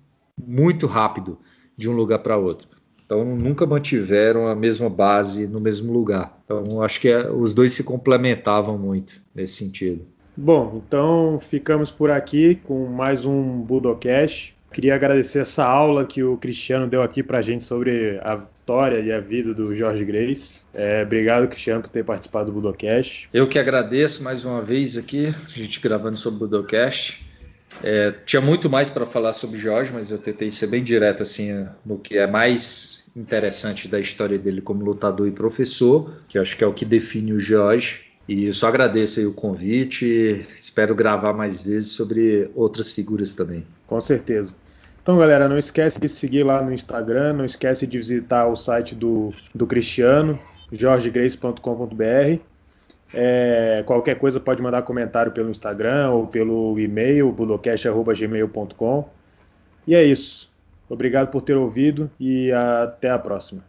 muito rápido de um lugar para outro. Então nunca mantiveram a mesma base no mesmo lugar. Então acho que é, os dois se complementavam muito nesse sentido. Bom, então ficamos por aqui com mais um Budocast. Queria agradecer essa aula que o Cristiano deu aqui para a gente sobre a história e a vida do Jorge Grace. É, obrigado, Cristiano, por ter participado do Budocast. Eu que agradeço mais uma vez aqui, a gente gravando sobre o Budocast. É, tinha muito mais para falar sobre o Jorge, mas eu tentei ser bem direto assim no que é mais interessante da história dele como lutador e professor, que eu acho que é o que define o Jorge. E eu só agradeço aí o convite e espero gravar mais vezes sobre outras figuras também. Com certeza. Então, galera, não esquece de seguir lá no Instagram, não esquece de visitar o site do, do Cristiano, jorge grace ponto com ponto b r. É, qualquer coisa pode mandar comentário pelo Instagram ou pelo e-mail, budocast arroba gmail ponto com. E é isso. Obrigado por ter ouvido e até a próxima.